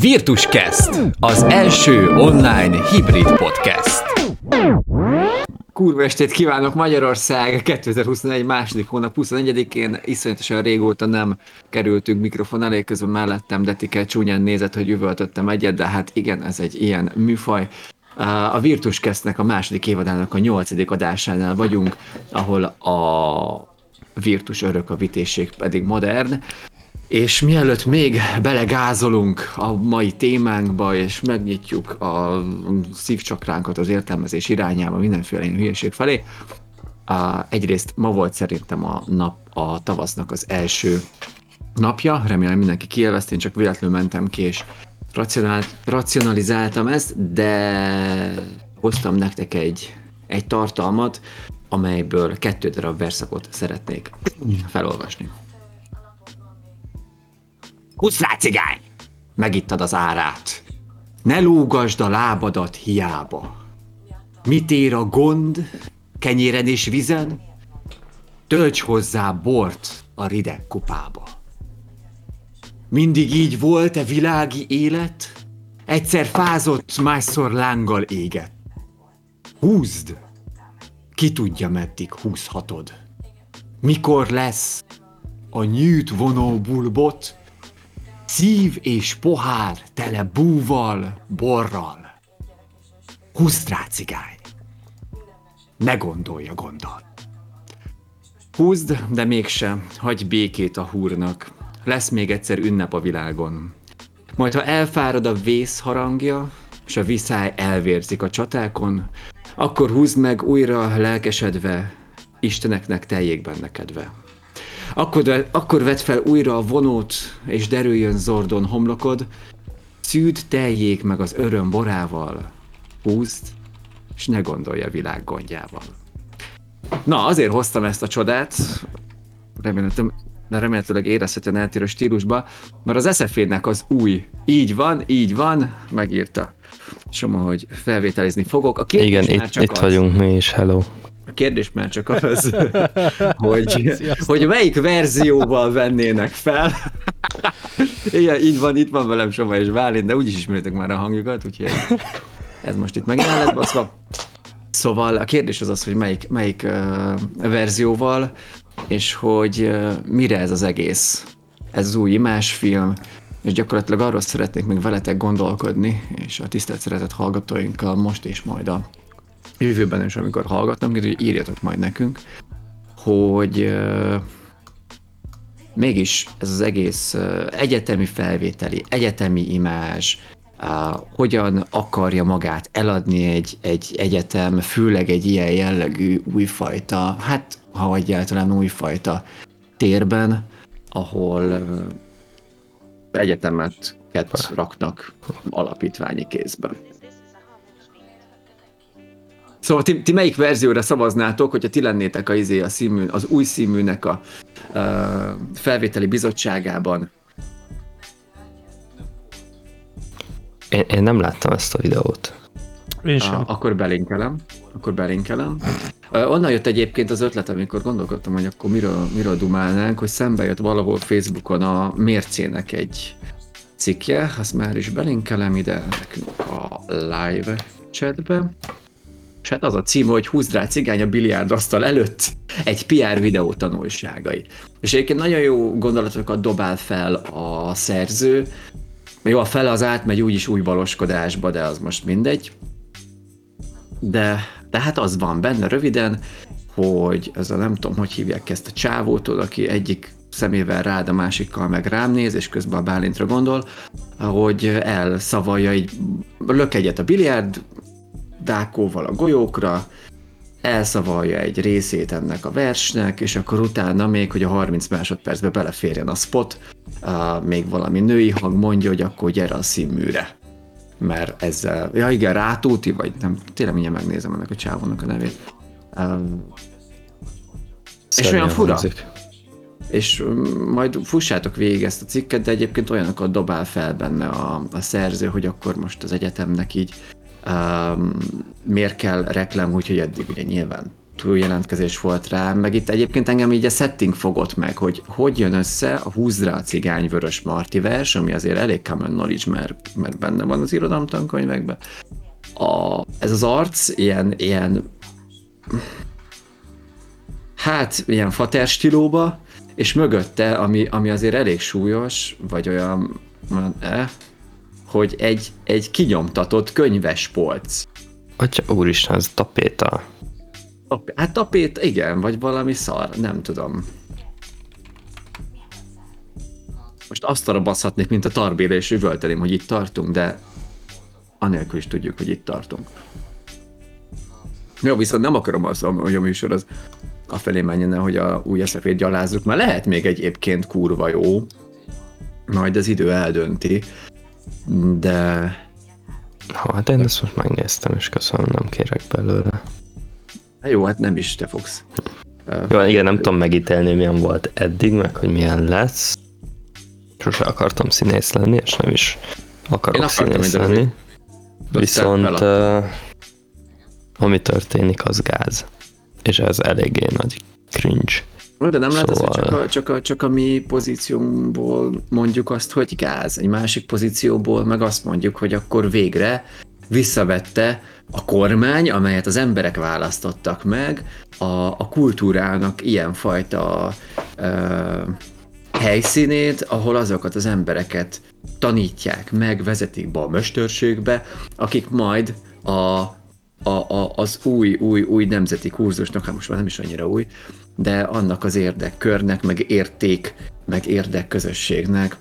Virtuscast, az első online hibrid podcast. Kurva estét kívánok Magyarország! 2021 második hónap 24-én iszonyatosan régóta nem kerültünk mikrofon elé, közben mellettem Detike csúnyán nézett, hogy üvöltöttem egyet, de hát igen, ez egy ilyen műfaj. A Virtuscastnek a második évadának a 8. adásánál vagyunk, ahol a Virtus örök, a vitézség pedig modern. És mielőtt még belegázolunk a mai témánkba, és megnyitjuk a szívcsakránkat az értelmezés irányába mindenféle hülyeség felé, egyrészt ma volt szerintem a tavasznak az első napja, remélem mindenki kielvezte, én csak véletlenül mentem ki, és racionalizáltam ezt, de hoztam nektek egy tartalmat, amelyből 2 darab verszakot szeretnék felolvasni. Húsz rá, cigány! Megittad az árát. Ne lógasd a lábadat hiába. Mit ér a gond, kenyéren és vizen? Tölts hozzá bort a rideg kupába. Mindig így volt-e világi élet? Egyszer fázott, másszor lánggal égett. Húzd! Ki tudja, meddig húzhatod? Mikor lesz a nyűt vonó bulbot? Szív és pohár tele búval, borral. Húzd rá, cigány! Ne gondolja gondol. Húzd, de mégsem, hagyj békét a húrnak. Lesz még egyszer ünnep a világon. Majd ha elfárad a vész harangja, s a viszály elvérzik a csatákon, akkor húzd meg újra lelkesedve, Isteneknek teljék benne kedve. Akkor vedd fel újra a vonót, és derüljön zordon homlokod, szűd teljék meg az öröm borával, húzd, és ne gondolj a világ gondjával. Na, azért hoztam ezt a csodát, remélhetőleg érezhetően eltérő stílusba, mert az SFE-nek az új, így van, megírta Soma, hogy felvételizni fogok. A igen, itt vagyunk mi is, hello. A kérdés már csak az, hogy melyik verzióval vennének fel. Igen, itt van velem Soma és Bálint, de úgyis ismeritek már a hangjukat, úgyhogy ez most itt megint el lett baszva. Szóval a kérdés az, hogy melyik verzióval, és hogy mire ez az egész. Ez az új imázsfilm, és gyakorlatilag arról szeretnék még veletek gondolkodni, és a tisztelt szeretett hallgatóinkkal most és majd a jövőben is, amikor hallgatnom, hogy írjatok majd nekünk, hogy mégis ez az egész egyetemi felvételi, egyetemi imázs, hogyan akarja magát eladni egy egyetem, főleg egy ilyen jellegű újfajta, hát ha egyáltalán újfajta térben, ahol egyetemet raknak alapítványi kézben. Szóval ti melyik verzióra szavaznátok, hogyha ti lennétek az új színműnek a felvételi bizottságában? Én nem láttam ezt a videót. Én sem. Akkor belinkelem. Onnan jött egyébként az ötlet, amikor gondolkodtam, hogy akkor miről dumálnánk, hogy szembe jött valahol Facebookon a Mércének egy cikkje, azt már is belinkelem ide nekünk a live chatbe. És hát az a cím, hogy húzd rá, cigány a biliárdasztal előtt, egy PR videó tanulságai. És egyébként nagyon jó gondolatokat dobál fel a szerző. Jó, a fele az átmegy úgyis új baloskodásba, de az most mindegy. De hát az van benne röviden, hogy ez a nem tudom, hogy hívják ezt a csávótól, aki egyik szemével rád, a másikkal meg rám néz, és közben a Bálintra gondol, hogy elszavalja, így lök egyet a biliárd dákóval a golyókra, elszavalja egy részét ennek a versnek, és akkor utána még, hogy a 30 másodpercbe beleférjen a spot, még valami női hang mondja, hogy akkor gyere a színműre. Mert ezzel, ja igen, Rátóti, vagy nem, tényleg mindjárt megnézem ennek a csávónak a nevét. És olyan fura. És majd fussátok végig ezt a cikket, de egyébként olyanokat dobál fel benne a szerző, hogy akkor most az egyetemnek így miért kell reklám, úgyhogy eddig ugye nyilván jelentkezés volt rá, meg itt egyébként engem így a setting fogott meg, hogy jön össze a Húzd rá a cigány Vörös Marti vers, ami azért elég common knowledge, mert benne van az irodalomtankönyvekben. Ez az arc ilyen fater stílóba, és mögötte, ami azért elég súlyos, vagy olyan, hogy egy kinyomtatott könyves polc. Atya úristen, ez tapéta. Hát tapét, igen, vagy valami szar, nem tudom. Most azt arra baszhatnék, mint a Tarbéla, és üvölteném, hogy itt tartunk, de anélkül is tudjuk, hogy itt tartunk. Jó, viszont nem akarom azt, hogy a műsor az afelé menjen, hogy a új eszefét gyalázzuk, mert lehet még egyébként kurva jó, majd az idő eldönti, de... Hát én ezt most megnéztem, és köszönöm, nem kérek belőle. Jó, hát nem is te fogsz. Jó, igen, nem tudom megítélni, milyen volt eddig, meg hogy milyen lesz. Sose akartam színész lenni, és nem is akarok színész lenni. Viszont ami történik, az gáz. És ez eléggé nagy cringe. De nem lehet az, hogy csak a mi pozíciónkból mondjuk azt, hogy gáz. Egy másik pozícióból meg azt mondjuk, hogy akkor végre visszavette a kormány, amelyet az emberek választottak meg, a kultúrának ilyenfajta helyszínét, ahol azokat az embereket tanítják meg, vezetik be a mesterségbe, akik majd az új nemzeti kurzusnak, hát most már nem is annyira új, de annak az érdekkörnek, meg érdekközösségnek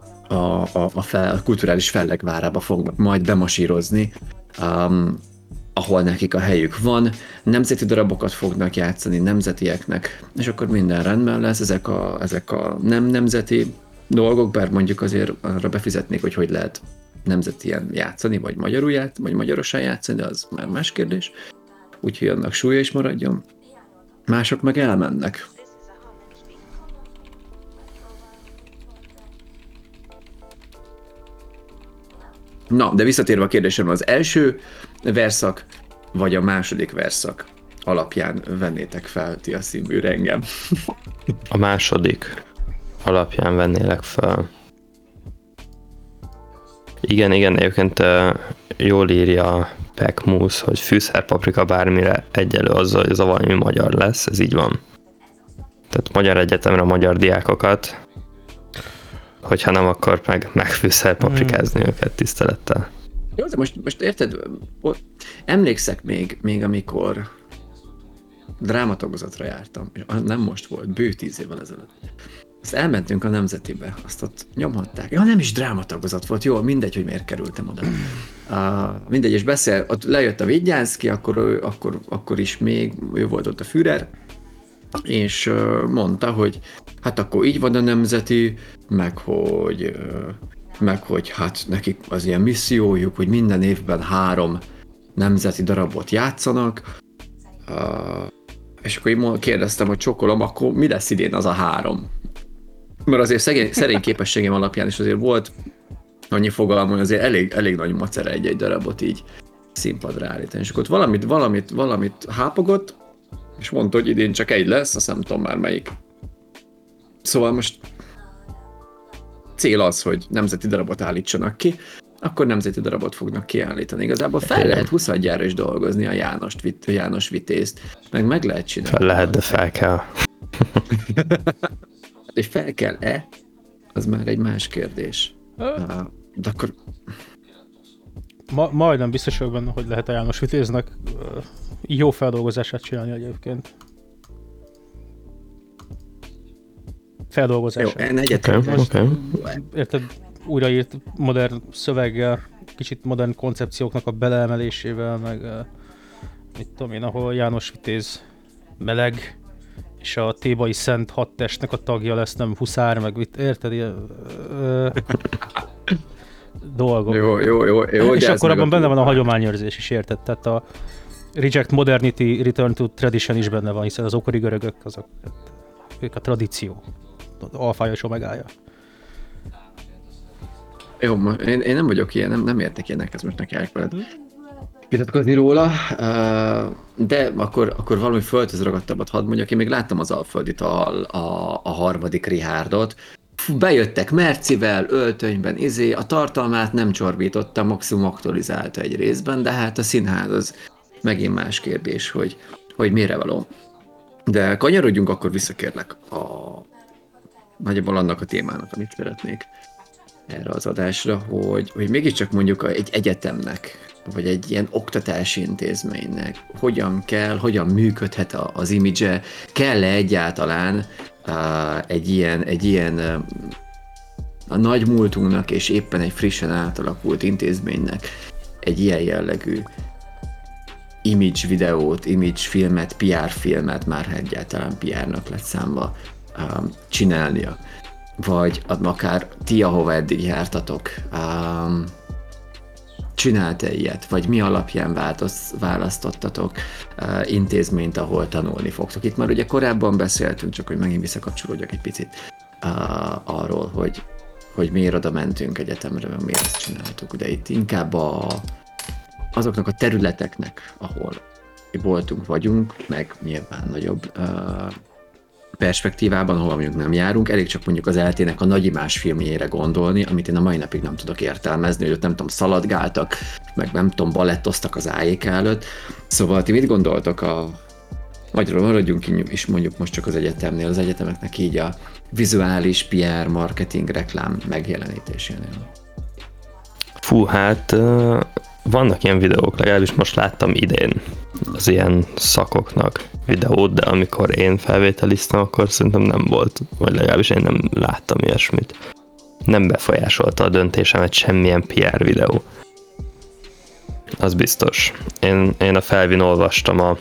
a kulturális fellegvárába fognak majd bemasírozni, ahol nekik a helyük van, nemzeti darabokat fognak játszani nemzetieknek, és akkor minden rendben lesz, ezek a nem nemzeti dolgok, bár mondjuk azért arra befizetnék, hogy lehet nemzetien játszani, vagy magyarul vagy magyarosan játszani, de az már más kérdés. Úgyhogy annak súlya is maradjon. Mások meg elmennek. Na, de visszatérve a kérdésem, az első verszak, vagy a második verszak alapján vennétek fel ti a színbűre engem? A második alapján vennélek fel. Igen, egyébként jól írja Pekmus, hogy fűszerpaprika bármire egyelő azzal, hogy ez a valami magyar lesz, ez így van. Tehát magyar egyetemre magyar diákokat, hogyha nem, akkor meg fűszerpaprikázni őket tisztelettel. Jó, de most érted, emlékszek még amikor drámatagozatra jártam, és nem most volt, bő 10 évvel ezelőtt. Azt elmentünk a Nemzetibe, azt ott nyomhatták. Ja, nem is drámatagozat volt, jó, mindegy, hogy miért kerültem oda. Mindegy, és ott lejött a Vignyánszky, akkor is még, ő volt ott a Führer, és mondta, hogy hát akkor így van a Nemzeti, meg hogy hát nekik az ilyen missziójuk, hogy minden évben 3 nemzeti darabot játszanak, és akkor én kérdeztem, hogy csokolom, akkor mi lesz idén az a 3? Mert azért szerény képességem alapján is azért volt annyi fogalom, hogy azért elég nagy macera egy darabot így színpadra állítani. És akkor ott valamit hápogott, és mondta, hogy idén csak egy lesz, azt nem tudom már melyik. Szóval most cél az, hogy nemzeti darabot állítsanak ki, akkor nemzeti darabot fognak kiállítani. Igazából fel lehet 20-adjára is dolgozni a János Vitézt, meg lehet csinálni. Fel lehet, de fel kell. És fel kell-e? Az már egy más kérdés. De akkor... Majdnem biztos vagyok benne, hogy lehet a János Vitéznek jó feldolgozását csinálni egyébként. Feldolgozását. Jó, egyetem. Okay. Érted, újraírt modern szöveggel, kicsit modern koncepcióknak a beleemelésével, meg mit tudom én, ahol János Vitéz meleg, és a thébai szent hadtestnek a tagja lesz, nem huszár, meg mit, érted? Dolgok. Jó. És akkor abban benne van a hagyományőrzés is, érted? Tehát a Reject Modernity, Return to Tradition is benne van, hiszen az ókori görögök, ők a tradíció, alfája és omegája. Jó, én nem vagyok ilyen, nem értek ilyenekhez, most ne kellek veled. vitatkozni róla, de akkor valami földhöz ragadtabbat hadd mondjak, én még láttam az Alföldit a harmadik Richardot. Bejöttek Mercivel, öltönyben, a tartalmát nem csorbította, maximum aktualizálta egy részben, de hát a színház az megint más kérdés, hogy mire való. De kanyarodjunk akkor vissza, kérlek, nagyjából annak a témának, amit szeretnék erre az adásra, hogy mégiscsak mondjuk egy egyetemnek, vagy egy ilyen oktatási intézménynek hogyan működhet az image-e, kell-e egyáltalán egy ilyen a nagy múltunknak és éppen egy frissen átalakult intézménynek egy ilyen jellegű image videót, image filmet, PR filmet, már ha egyáltalán PR-nak lett számba csinálnia. Vagy akár ti, ahova eddig jártatok, csinált-e ilyet? Vagy mi alapján választottatok intézményt, ahol tanulni fogtok? Itt már ugye korábban beszéltünk, csak hogy megint visszakapcsolódjak egy picit arról, hogy miért oda mentünk egyetemre, miért ezt csináltuk. De itt inkább azoknak a területeknek, ahol voltunk, vagyunk, meg nyilván nagyobb perspektívában, ahol mondjuk nem járunk, elég csak mondjuk az eltének a Nagyimás filmjére gondolni, amit én a mai napig nem tudok értelmezni, hogy ott nem tudom, szaladgáltak, meg nem tudom, balettoztak az ájék előtt. Szóval ti mit gondoltok magyarul maradjunk is mondjuk most csak az egyetemnél, az egyetemeknek így a vizuális, PR, marketing, reklám megjelenítésénél? Fú, hát vannak ilyen videók, legalábbis most láttam idén az ilyen szakoknak videót, de amikor én felvételiztem, akkor szerintem nem volt, vagy legalábbis én nem láttam ilyesmit. Nem befolyásolta a döntésemet semmilyen PR videó. Az biztos. Én a Felvin olvastam a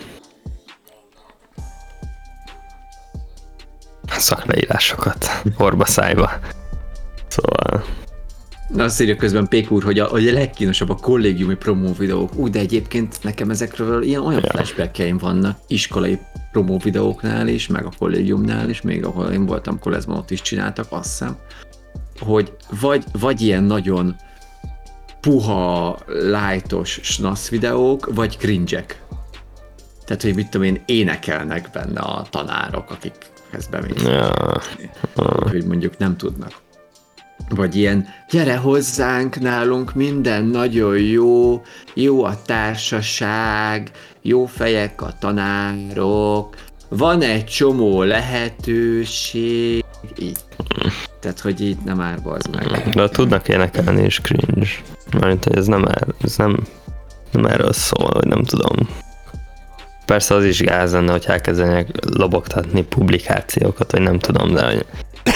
szakleírásokat orba-szájba. Szóval... Na, azt írja közben Pék úr, hogy a legkínosabb a kollégiumi promó videók. De egyébként nekem ezekről olyan flashback-jeim vannak iskolai promó videóknál is, meg a kollégiumnál is, még ahol én voltam koleszban, ott is csináltak, azt hiszem, hogy vagy ilyen nagyon puha, lightos snasz videók, vagy cringe-ek. Tehát, hogy mit tudom én, énekelnek benne a tanárok, akikhez bemésznek. Hogy mondjuk nem tudnak. Vagy ilyen, gyere hozzánk, nálunk minden nagyon jó a társaság, jó fejek a tanárok, van egy csomó lehetőség, így. Tehát, hogy így nem árbalz meg. De tudnak énekelni is cringe. Mert hogy ez nem erről szól, hogy nem tudom. Persze az is gáz lenne, hogy elkezdenek lobogtatni publikációkat, vagy nem tudom, de hogy...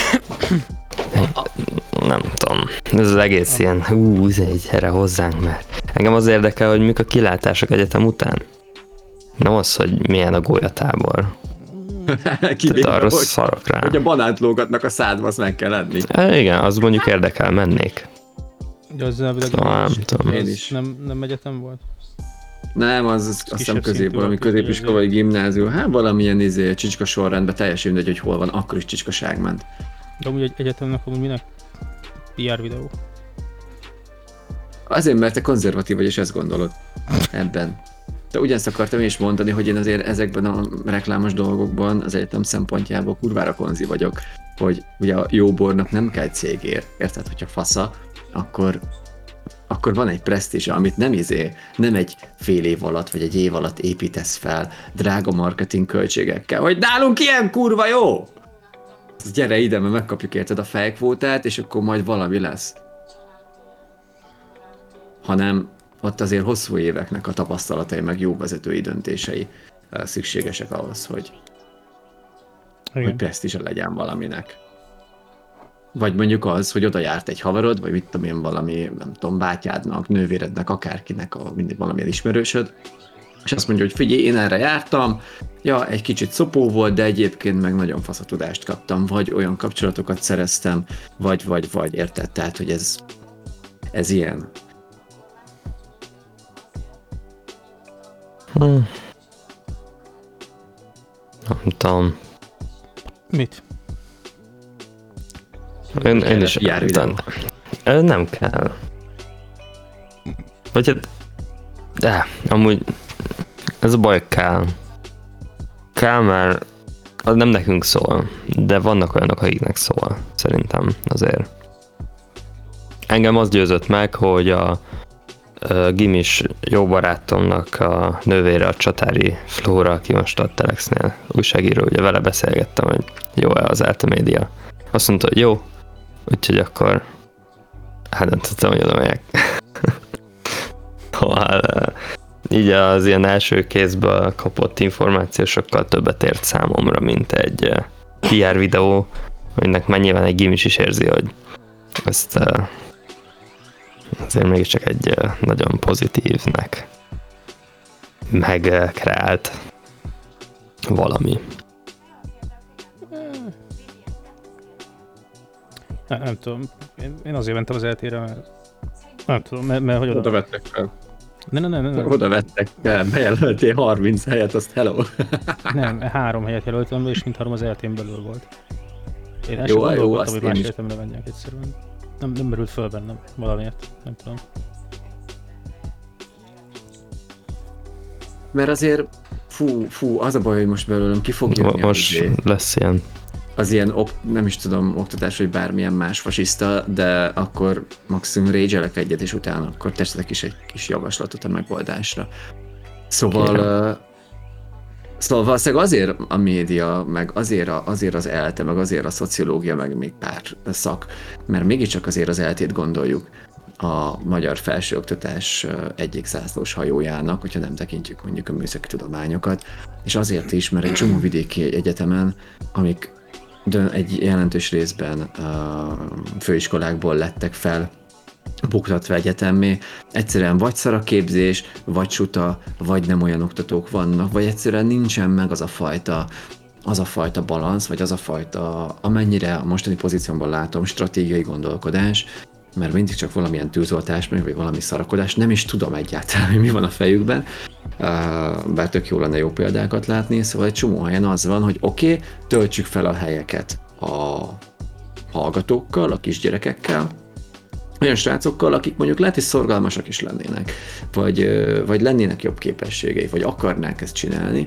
Nem tudom. Ez az egész ilyen, gyere hozzánk, mert engem az érdekel, hogy mik a kilátások egyetem után. Nem az, hogy milyen a gólyatábor. Tehát arra szarok rá. Hogy a banánt lógatnak a szádba, azt meg kell enni. Igen, az mondjuk érdekel, mennék. De az nem tudom. Én is. Nem egyetem volt? Nem, az azt hiszem valami középiskola vagy gimnázium. Hát valamilyen csicska sorrendben, teljesen mindegy, hogy hol van, akkor is csicskaság ment. De amúgy egy egyetemnek amúgy minek? PR videó. Azért, mert te konzervatív vagy, és ezt gondolod ebben. De ugyanezt akartam én is mondani, hogy én azért ezekben a reklámos dolgokban az egyetem szempontjából kurvára konzi vagyok, hogy ugye a jó bornak nem kell cégért, érted, hogyha fasza, akkor van egy presztízse, amit nem egy fél év alatt, vagy egy év alatt építesz fel drága marketing költségekkel, hogy nálunk ilyen kurva jó! Gyere ide, mert megkapjuk érted a fejkvótát, és akkor majd valami lesz. Hanem ott azért hosszú éveknek a tapasztalatai, meg jó vezetői döntései szükségesek ahhoz, hogy presztízse legyen valaminek. Vagy mondjuk az, hogy oda járt egy haverod, vagy mit tudom én, valami, nem tudom, bátyádnak, nővérednek, akárkinek, mindig valamilyen ismerősöd, és azt mondja, hogy figyelj, én erre jártam, ja, egy kicsit szopó volt, de egyébként meg nagyon fasz a tudást kaptam, vagy olyan kapcsolatokat szereztem, vagy, érted? Tehát, hogy ez ilyen. Nem tudom. Mit? Én is nem kell. Vagy hát De, amúgy ez a baj kell. Kell, mert az nem nekünk szól, de vannak olyanok, akiknek szól, szerintem azért. Engem az győzött meg, hogy a gimis jó barátomnak a nővére, a Csatári Flóra, aki most a Telexnél újságíró, ugye vele beszélgettem, hogy jó-e az ELTE média. Azt mondta, hogy jó, úgyhogy akkor hát nem tudtam, hogy oda megyek. Így az ilyen első kézből kapott információ sokkal többet ért számomra, mint egy PR videó, aminek mennyiben egy gimis is érzi, hogy ezt azért mégiscsak egy nagyon pozitívnek megkreált valami. Nem tudom, én azért mentem az eltére, mert nem tudom, mert hogy Oda vettek fel. Nem. Oda vettek fel, bejelöltél 30 helyet, azt hello. Nem, 3 helyet jelöltem be, és mindhárom az eltén belül volt. Én el sem Jó, gondolkodtam, hogy azt más én is. egyetemre menjek egyszerűen. Nem merült föl bennem valamiért, nem tudom. Mert azért, fú, az a baj, hogy most belőlem ki fog jönni Most lesz ilyen. az ilyen, nem is tudom, oktatás, vagy bármilyen más fasiszta, de akkor maximum rage-elek egyet, és utána akkor teszek is egy kis javaslatot a megoldásra. Szóval valószínűleg azért a média, meg azért az ELTE, meg azért a szociológia, meg még pár szak, mert mégiscsak azért az ELTE-t gondoljuk a magyar felsőoktatás egyik zászlós hajójának, hogyha nem tekintjük mondjuk a műszaki tudományokat, és azért is, mert egy csomó vidéki egyetemen, amik egy jelentős részben főiskolákból lettek fel, buktatva egyetemmé, egyszerűen vagy szaraképzés, vagy suta, vagy nem olyan oktatók vannak, vagy egyszerűen nincsen meg az a fajta balansz, vagy az a fajta, amennyire a mostani pozíciómban látom, stratégiai gondolkodás, mert mindig csak valamilyen tűzoltás, vagy valami szarakodás, nem is tudom egyáltalán, hogy mi van a fejükben, bár tök jó lenne jó példákat látni, szóval egy csomó helyen az van, hogy oké, töltsük fel a helyeket a hallgatókkal, a kisgyerekekkel, olyan srácokkal, akik mondjuk lehet, hogy szorgalmasak is lennének, vagy lennének jobb képességei, vagy akarnák ezt csinálni,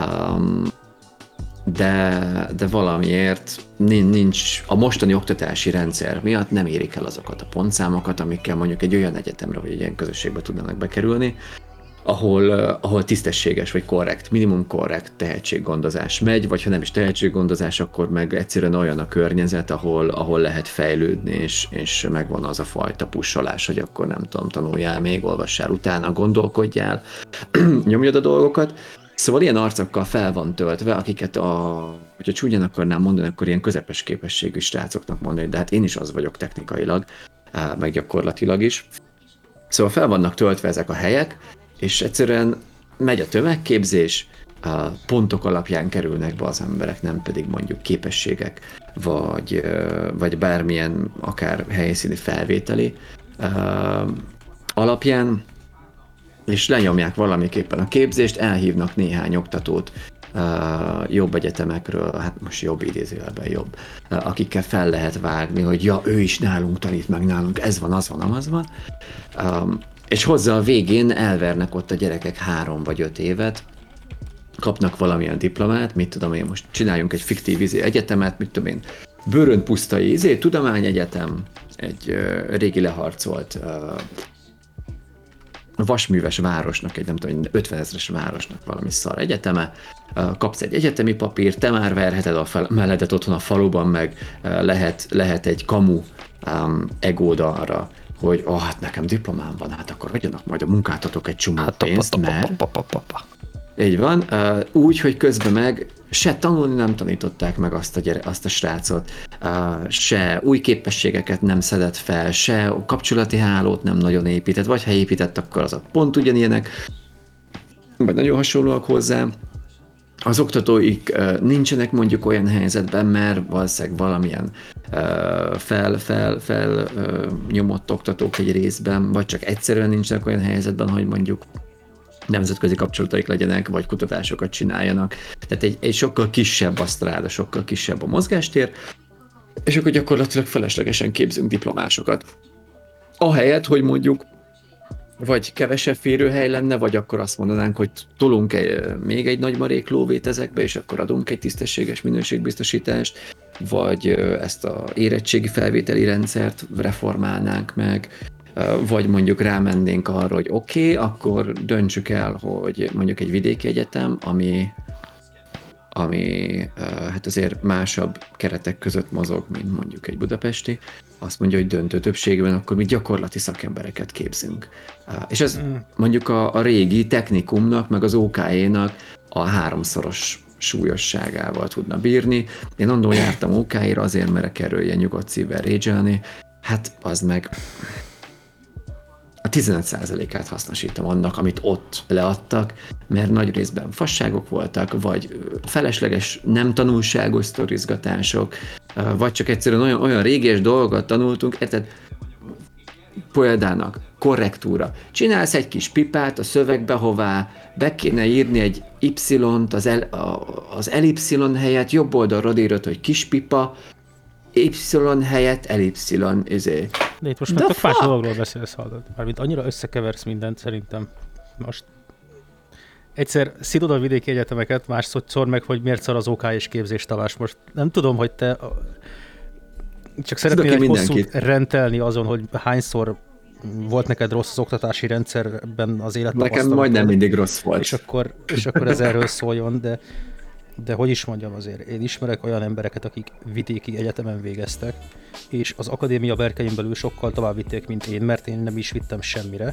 de valamiért nincs, a mostani oktatási rendszer miatt nem érik el azokat a pontszámokat, amikkel mondjuk egy olyan egyetemre, vagy egy ilyen közösségbe tudnának bekerülni, ahol tisztességes, vagy korrekt, minimum korrekt tehetséggondozás megy, vagy ha nem is tehetséggondozás, akkor meg egyszerűen olyan a környezet, ahol lehet fejlődni, és megvan az a fajta pussolás, hogy akkor nem tudom, tanuljál még, olvassál utána, gondolkodjál, nyomjad a dolgokat. Szóval ilyen arcokkal fel van töltve, akiket hogyha csúnyán akarnám mondani, akkor ilyen közepes képességű srácoknak mondani, de hát én is az vagyok technikailag, meg gyakorlatilag is. Szóval fel vannak töltve ezek a helyek, és egyszerűen megy a tömegképzés, pontok alapján kerülnek be az emberek, nem pedig mondjuk képességek, vagy bármilyen akár helyszíni felvételi alapján, és lenyomják valamiképpen a képzést, elhívnak néhány oktatót jobb egyetemekről, hát most jobb idézőjelben jobb, akikkel fel lehet vágni, hogy ja, ő is nálunk tanít, meg nálunk ez van, az van, amaz van. És hozzá a végén elvernek ott a gyerekek 3 vagy 5 évet, kapnak valamilyen diplomát, mit tudom én, most csináljunk egy fiktív egyetemet, mit tudom én, Bőröndpusztai tudományegyetem, egy régi leharcolt vasműves városnak, egy nem tudom, 50 000-es városnak valami szar egyeteme, kapsz egy egyetemi papírt, te már verheted a melledet otthon a faluban, meg lehet egy kamu egód arra, hogy hát nekem diplomám van, hát akkor vegyenek majd a munkáltatók egy csomó pénzt, mert... Így van, úgy, hogy közben meg se tanulni nem tanították meg azt a srácot, se új képességeket nem szedett fel, se kapcsolati hálót nem nagyon épített, vagy ha épített, akkor azok pont ugyanilyenek, vagy nagyon hasonlóak hozzá. Az oktatóik nincsenek mondjuk olyan helyzetben, mert valószínűleg valamilyen nyomott oktatók egy részben, vagy csak egyszerűen nincsenek olyan helyzetben, hogy mondjuk nemzetközi kapcsolataik legyenek, vagy kutatásokat csináljanak. Tehát egy sokkal kisebb a sztráda, sokkal kisebb a mozgástér, és akkor gyakorlatilag feleslegesen képzünk diplomásokat. Ahelyett, hogy mondjuk vagy kevesebb férőhely lenne, vagy akkor azt mondanánk, hogy tolunk még egy nagy marék lóvét ezekbe, és akkor adunk egy tisztességes minőségbiztosítást, vagy ezt a érettségi felvételi rendszert reformálnánk meg, vagy mondjuk rámennénk arra, hogy oké, akkor döntsük el, hogy mondjuk egy vidéki egyetem, ami hát azért másabb keretek között mozog, mint mondjuk egy budapesti, azt mondja, hogy döntő többségben akkor mi gyakorlati szakembereket képzünk. És ez mondjuk a régi technikumnak, meg az OK-nak a 3-szoros súlyosságával tudna bírni. Én annól jártam OK-ra azért, mert kerüljen nyugodt szívvel rage-elni, hát az meg a 15%-át hasznosítom annak, amit ott leadtak, mert nagy részben fasságok voltak, vagy felesleges, nem tanulságos sztorizgatások, vagy csak egyszerűen olyan réges dolgokat tanultunk, érted? Példának korrektúra. Csinálsz egy kis pipát a szövegbe, hová be kéne írni egy Y-t, az ellipszilon helyett jobb oldalra írod, hogy kis pipa, Y helyett ellipszilon, De itt most már tök más dologról beszélsz, hallod. Mármint annyira összekeversz mindent szerintem. Most egyszer szidod a vidéki egyetemeket, másodszor meg, hogy miért szar az OK és képzés Tamás. Most nem tudom, hogy te csak szeretnél egy hosszút rendelni azon, hogy hányszor volt neked rossz az oktatási rendszerben az élettapasztalat. Nekem majdnem mindig rossz volt. És akkor ez erről szóljon, de hogy is mondjam azért, én ismerek olyan embereket, akik vidéki egyetemen végeztek, és az akadémia berkein belül sokkal tovább vitték, mint én, mert én nem is vittem semmire.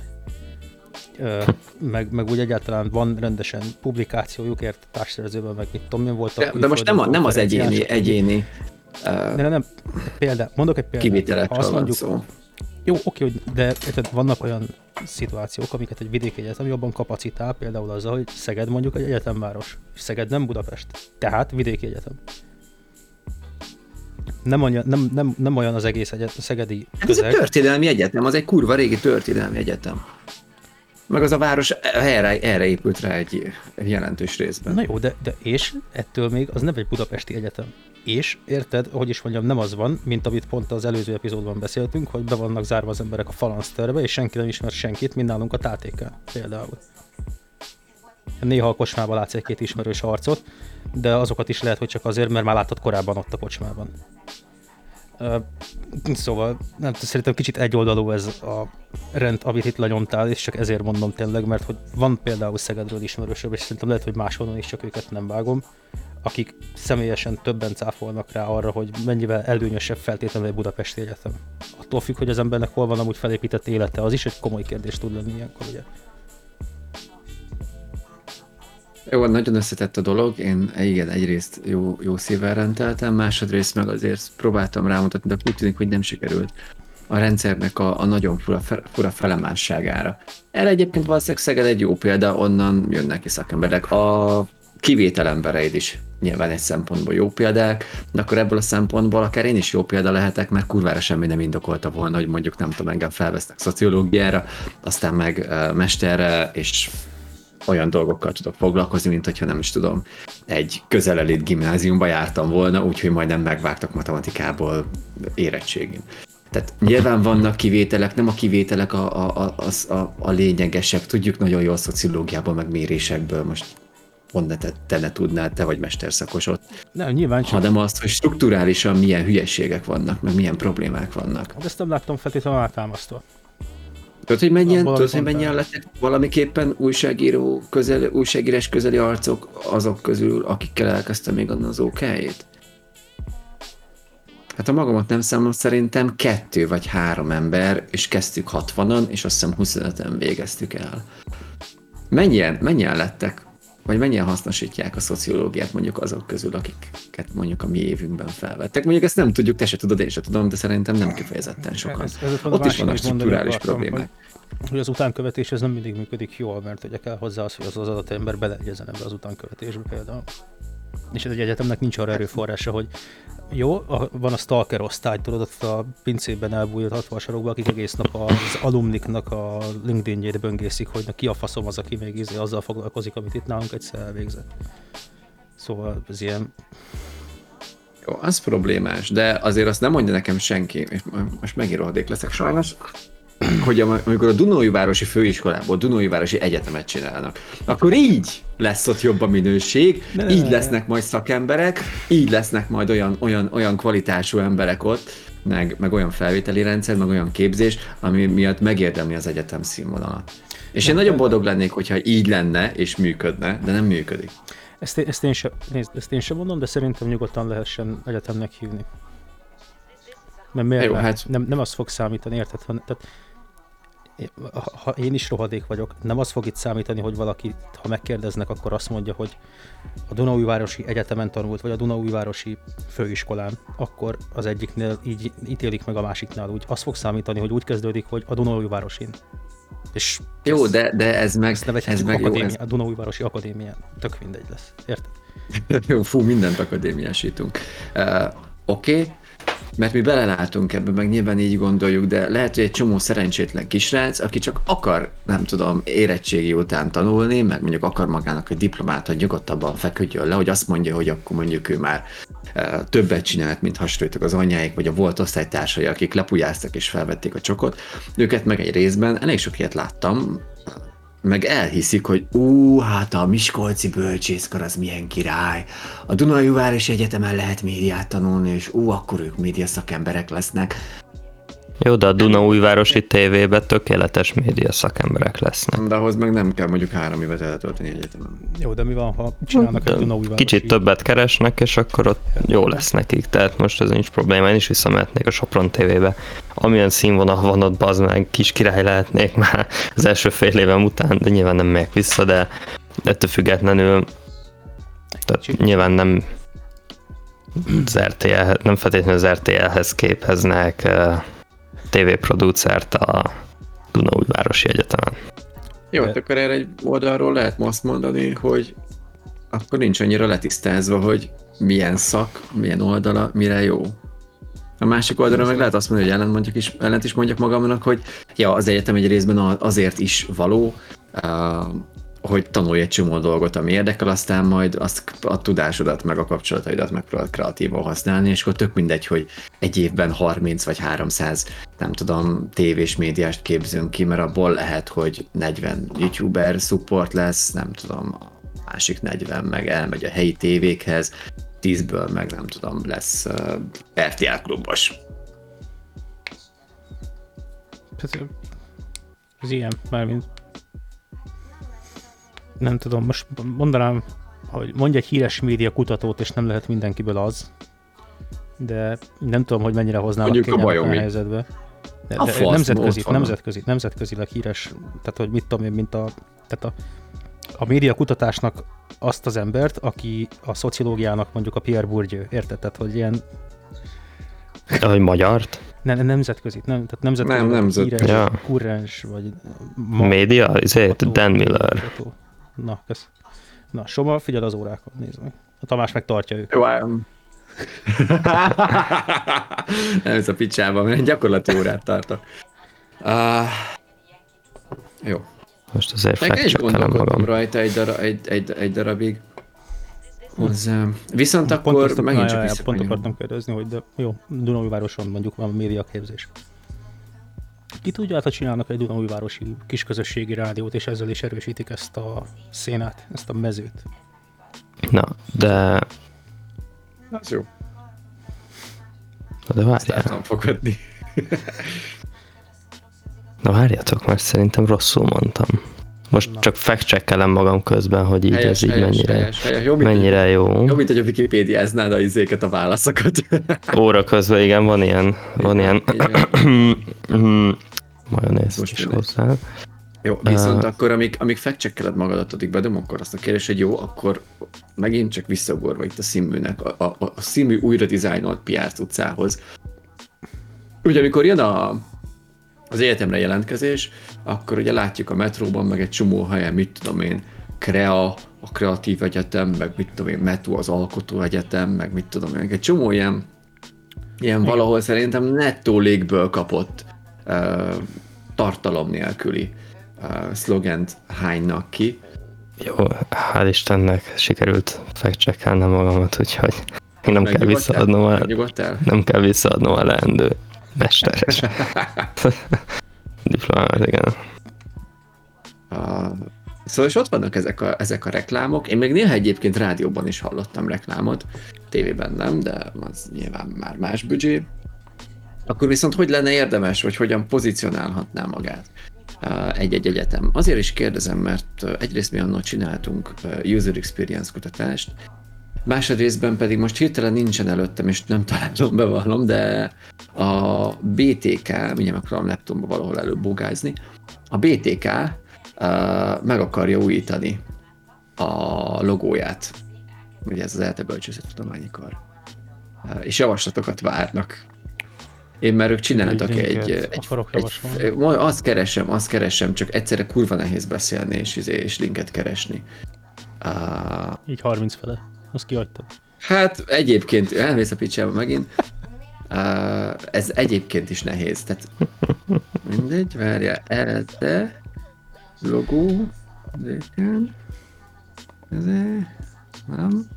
Meg úgy egyáltalán van rendesen publikációjuk, társszerzőben, meg mit tudom én voltak. De most nem az egyéni. Nem. Mondok egy példát. Kivitelekről van szó. Jó, oké, de vannak olyan szituációk, amiket egy vidéki egyetem jobban kapacitál, például azzal, hogy Szeged mondjuk egy egyetemváros, és Szeged nem Budapest, tehát vidéki egyetem. Nem olyan az egész szegedi közeg. Ez egy történelmi egyetem, az egy kurva régi történelmi egyetem. Meg az a város erre épült rá egy jelentős részben. Na jó, de és ettől még az nem egy budapesti egyetem. És érted, hogy is mondjam, nem az van, mint amit pont az előző epizódban beszéltünk, hogy be vannak zárva az emberek a falanszterbe, és senki nem ismer senkit, mint nálunk a tátéken például. Néha a kocsmában látsz egy-két ismerős arcot, de azokat is lehet, hogy csak azért, mert már láttad korábban ott a kocsmában. Szóval nem, szerintem kicsit egyoldalú ez a rend, amit itt lenyomtál, és csak ezért mondom tényleg, mert hogy van például Szegedről ismerősöbb, és szerintem lehet, hogy máshonnan is, csak őket nem vágom, akik személyesen többen cáfolnak rá arra, hogy mennyivel előnyösebb feltétlenül egy budapesti egyetem. Attól függ, hogy az embernek hol van amúgy felépített élete, az is egy komoly kérdés tud lenni ilyenkor, ugye. Jó, nagyon összetett a dolog, én igen, egyrészt jó szívvel rendeltem, másodrészt meg azért próbáltam rámutatni, de úgy tűnik, hogy nem sikerült a rendszernek a nagyon fura felemásságára. Erre egyébként valószínűleg Szeged egy jó példa, onnan jönnek ki szakemberek. A kivétel embereid is nyilván egy szempontból jó példák, de akkor ebből a szempontból akár én is jó példa lehetek, mert kurvára semmi nem indokolta volna, hogy mondjuk nem tudom, engem felvesznek szociológiára, aztán meg mesterre, és olyan dolgokkal tudok foglalkozni, mint hogyha nem is tudom, egy közel-elit gimnáziumba jártam volna, úgyhogy majdnem megvágtak matematikából érettségén. Tehát nyilván vannak kivételek, nem a kivételek a lényegesek, tudjuk nagyon jól szociológiából, meg mérésekből, most honnan te ne tudnád, te vagy mesterszakos ott. Nem, nyilván csak. Hanem azt, hogy strukturálisan milyen hülyeségek vannak, meg milyen problémák vannak. Hát ezt nem láttam feltétlenül alátámasztva. Tudod, hogy mennyien lettek valamiképpen újságírás közeli arcok azok közül, akikkel elkezdtem még annak az OK-jét? Hát a magamat nem számolom, szerintem 2 vagy 3 ember, és kezdtük 60-an, és azt hiszem 25-en végeztük el. Mennyien lettek? Vagy mennyien hasznosítják a szociológiát mondjuk azok közül, akiket mondjuk a mi évünkben felvettek. Mondjuk ezt nem tudjuk, te se tudod, én se tudom, de szerintem nem kifejezetten sokan. Ott is vannak strukturális problémák. Hogy az utánkövetés ez nem mindig működik jól, mert ugye kell hozzá az, hogy az adott ember beleegyezzen ebbe az utánkövetésbe például. És ez egy egyetemnek nincs arra erőforrása, hogy jó, van a stalker osztály, tudod, ott a pincében elbújott 60 sarokban, akik egész nap az alumniknak a LinkedIn-jét böngészik, hogy na ki a faszom az, aki még azzal foglalkozik, amit itt nálunk egyszer elvégzett. Szóval ez ilyen... Jó, az problémás, de azért azt nem mondja nekem senki, és most megíródék leszek sajnos. hogy amikor a Dunaújvárosi Főiskolából Dunaújvárosi Egyetemet csinálnak, akkor így lesz ott jobb a minőség, így lesznek majd szakemberek, így lesznek majd olyan kvalitású emberek ott, meg olyan felvételi rendszer, meg olyan képzés, ami miatt megérdemli az egyetem színvonalat. És én nagyon boldog lennék, hogyha így lenne és működne, de nem működik. Ezt én sem mondom, de szerintem nyugodtan lehessen egyetemnek hívni. Mert miért? Jó, hát... nem az fog számítani, érted? Tehát, ha én is rohadék vagyok, nem az fog itt számítani, hogy valaki, ha megkérdeznek, akkor azt mondja, hogy a Dunaújvárosi Egyetemen tanult, vagy a Dunaújvárosi Főiskolán, akkor az egyiknél így ítélik meg, a másiknál úgy. Az fog számítani, hogy úgy kezdődik, hogy a Dunaújvárosin. És jó, de ez meg... Ez meg jó, ez... A Dunaújvárosi Akadémián. Tök mindegy lesz. Érted? Jó, mindent akadémiásítunk. Oké. Mert mi belelátunk ebbe, meg nyilván így gondoljuk, de lehet, hogy egy csomó szerencsétlen kisrác, aki csak akar, nem tudom, érettségi után tanulni, meg mondjuk akar magának egy diplomát, hogy nyugodtabban feküdjön le, hogy azt mondja, hogy akkor mondjuk ő már többet csinált, mint hasonlítok az anyjáik, vagy a volt osztálytársai, akik lepujáztak és felvették a csokot. Őket meg egy részben, elég sok ilyet láttam, meg elhiszik, hogy hát a miskolci bölcsészkar az milyen király, a Dunaújvárosi Egyetemen lehet médiát tanulni, és akkor ők média szakemberek lesznek. Jó, de a Dunaújvárosi tévében tökéletes média szakemberek lesznek. De ahhoz meg nem kell mondjuk 3 évet eltölteni egyetemen. Jó, de mi van, ha csinálnak egy Dunaújvárosi... Kicsit többet keresnek, és akkor ott jó lesz nekik. Tehát most ez nincs probléma, én is visszamehetnék a Sopron tévébe. Amilyen színvonal van ott, bazd meg, kis király lehetnék már az első fél évem után, de nyilván nem megyek vissza, de ettől függetlenül tehát nyilván nem nem feltétlenül az RTL-hez képeznek tévéproducert a Dunaújvárosi Egyetemen. Jó, akkor erre egy oldalról lehet azt mondani, hogy akkor nincs annyira letisztázva, hogy milyen szak, milyen oldala, mire jó. A másik oldalra meg lehet azt mondani, hogy ellent is mondjak magamnak, hogy ja, az egyetem egy részben azért is való, hogy tanulj egy csomó dolgot, ami érdekel, aztán majd azt a tudásodat, meg a kapcsolataidat megpróbálod kreatívan használni, és akkor tök mindegy, hogy egy évben 30 vagy 300, nem tudom, tévés médiást képzünk ki, mert abból lehet, hogy 40 youtuber support lesz, nem tudom, a másik 40 meg elmegy a helyi tévékhez, 10-ből meg nem tudom, lesz RTL klubos. Ez ilyen, mármint nem tudom, most mondanám, hogy mondj egy híres média kutatót, és nem lehet mindenkiből az, de nem tudom, hogy mennyire hoználak kényelmetlen helyzetbe. De nemzetközileg híres, tehát hogy mit tudom én, tehát a média kutatásnak azt az embert, aki a szociológiának mondjuk a Pierre Bourdieu, érted? Tehát, hogy ilyen... Hogy magyart? Nemzetközi, tehát nemzetközi híres, ja. kurrens, vagy... Média? Dan Miller. Na, kösz. Na, Soma, figyeld az órákat, nézd meg. A Tamás meg tartja őket. Nem ez a picsába, mert gyakorlati órát tartok. Jó. Most azért fact-checkelem magam rajta egy darabig. Hozzá. Viszont akkor megint csak visszakanyolom. Pont akartam kérdezni, hogy de jó, Dunaújvároson mondjuk van médiaképzés. Ki tudja, hát csinálnak egy Dunaújvárosi kisközösségi rádiót, és ezzel is erősítik ezt a szénát, ezt a mezőt. Na, de... Az jó. De várjál. Ezt fogadni. Na várjátok, mert szerintem rosszul mondtam. Most csak fact-checkelem magam közben, hogy így helyes, ez így mennyire jó. Jobb, mint hogy a Wikipédiáznád a izéket, a válaszokat. Óra közben, igen, van ilyen majonéz is hozzá. Jó, viszont akkor, amíg fact-checkeled magadat, addig bedom, akkor azt a kérdés, hogy jó, akkor megint csak visszagorva itt a színműnek, a színmű újra dizájnolt PR utcához. Ugye, amikor jön az egyetemre jelentkezés, akkor ugye látjuk a metróban, meg egy csomó helyen, mit tudom én, Krea, a Kreatív Egyetem, meg mit tudom én, Metu, az Alkotó Egyetem, meg mit tudom én, egy csomó ilyen valahol szerintem nettó légből kapott tartalom nélküli szlogent hánynak ki. Jó, hál' Istennek sikerült fact-checkelnem magamat, úgyhogy nem kell visszaadnom a leendő mesteres. Diplomát, igen. Szóval és ott vannak ezek a reklámok. Én még néha egyébként rádióban is hallottam reklámot, tévében nem, de az nyilván már más büdzsé. Akkor viszont hogy lenne érdemes, vagy hogyan pozícionálhatná magát egy-egy egyetem? Azért is kérdezem, mert egyrészt mi annól csináltunk user experience kutatást, másodrészben pedig most hirtelen nincsen előttem, és nem találom, bevallom, de a BTK, mindjárt megpróbálom laptopba valahol előbógázni, a BTK meg akarja újítani a logóját. Ugye ez az ELTE Bölcsészettudományi Kar. És javaslatokat várnak. Én már ők csináltak azt keresem, csak egyszerre kurva nehéz beszélni és linket keresni. Így 30 fele. Azt kihagytad. Hát egyébként, elmész a picsába megint. Ez egyébként is nehéz. Tehát mindegy, várjál, ELTE logó, nem.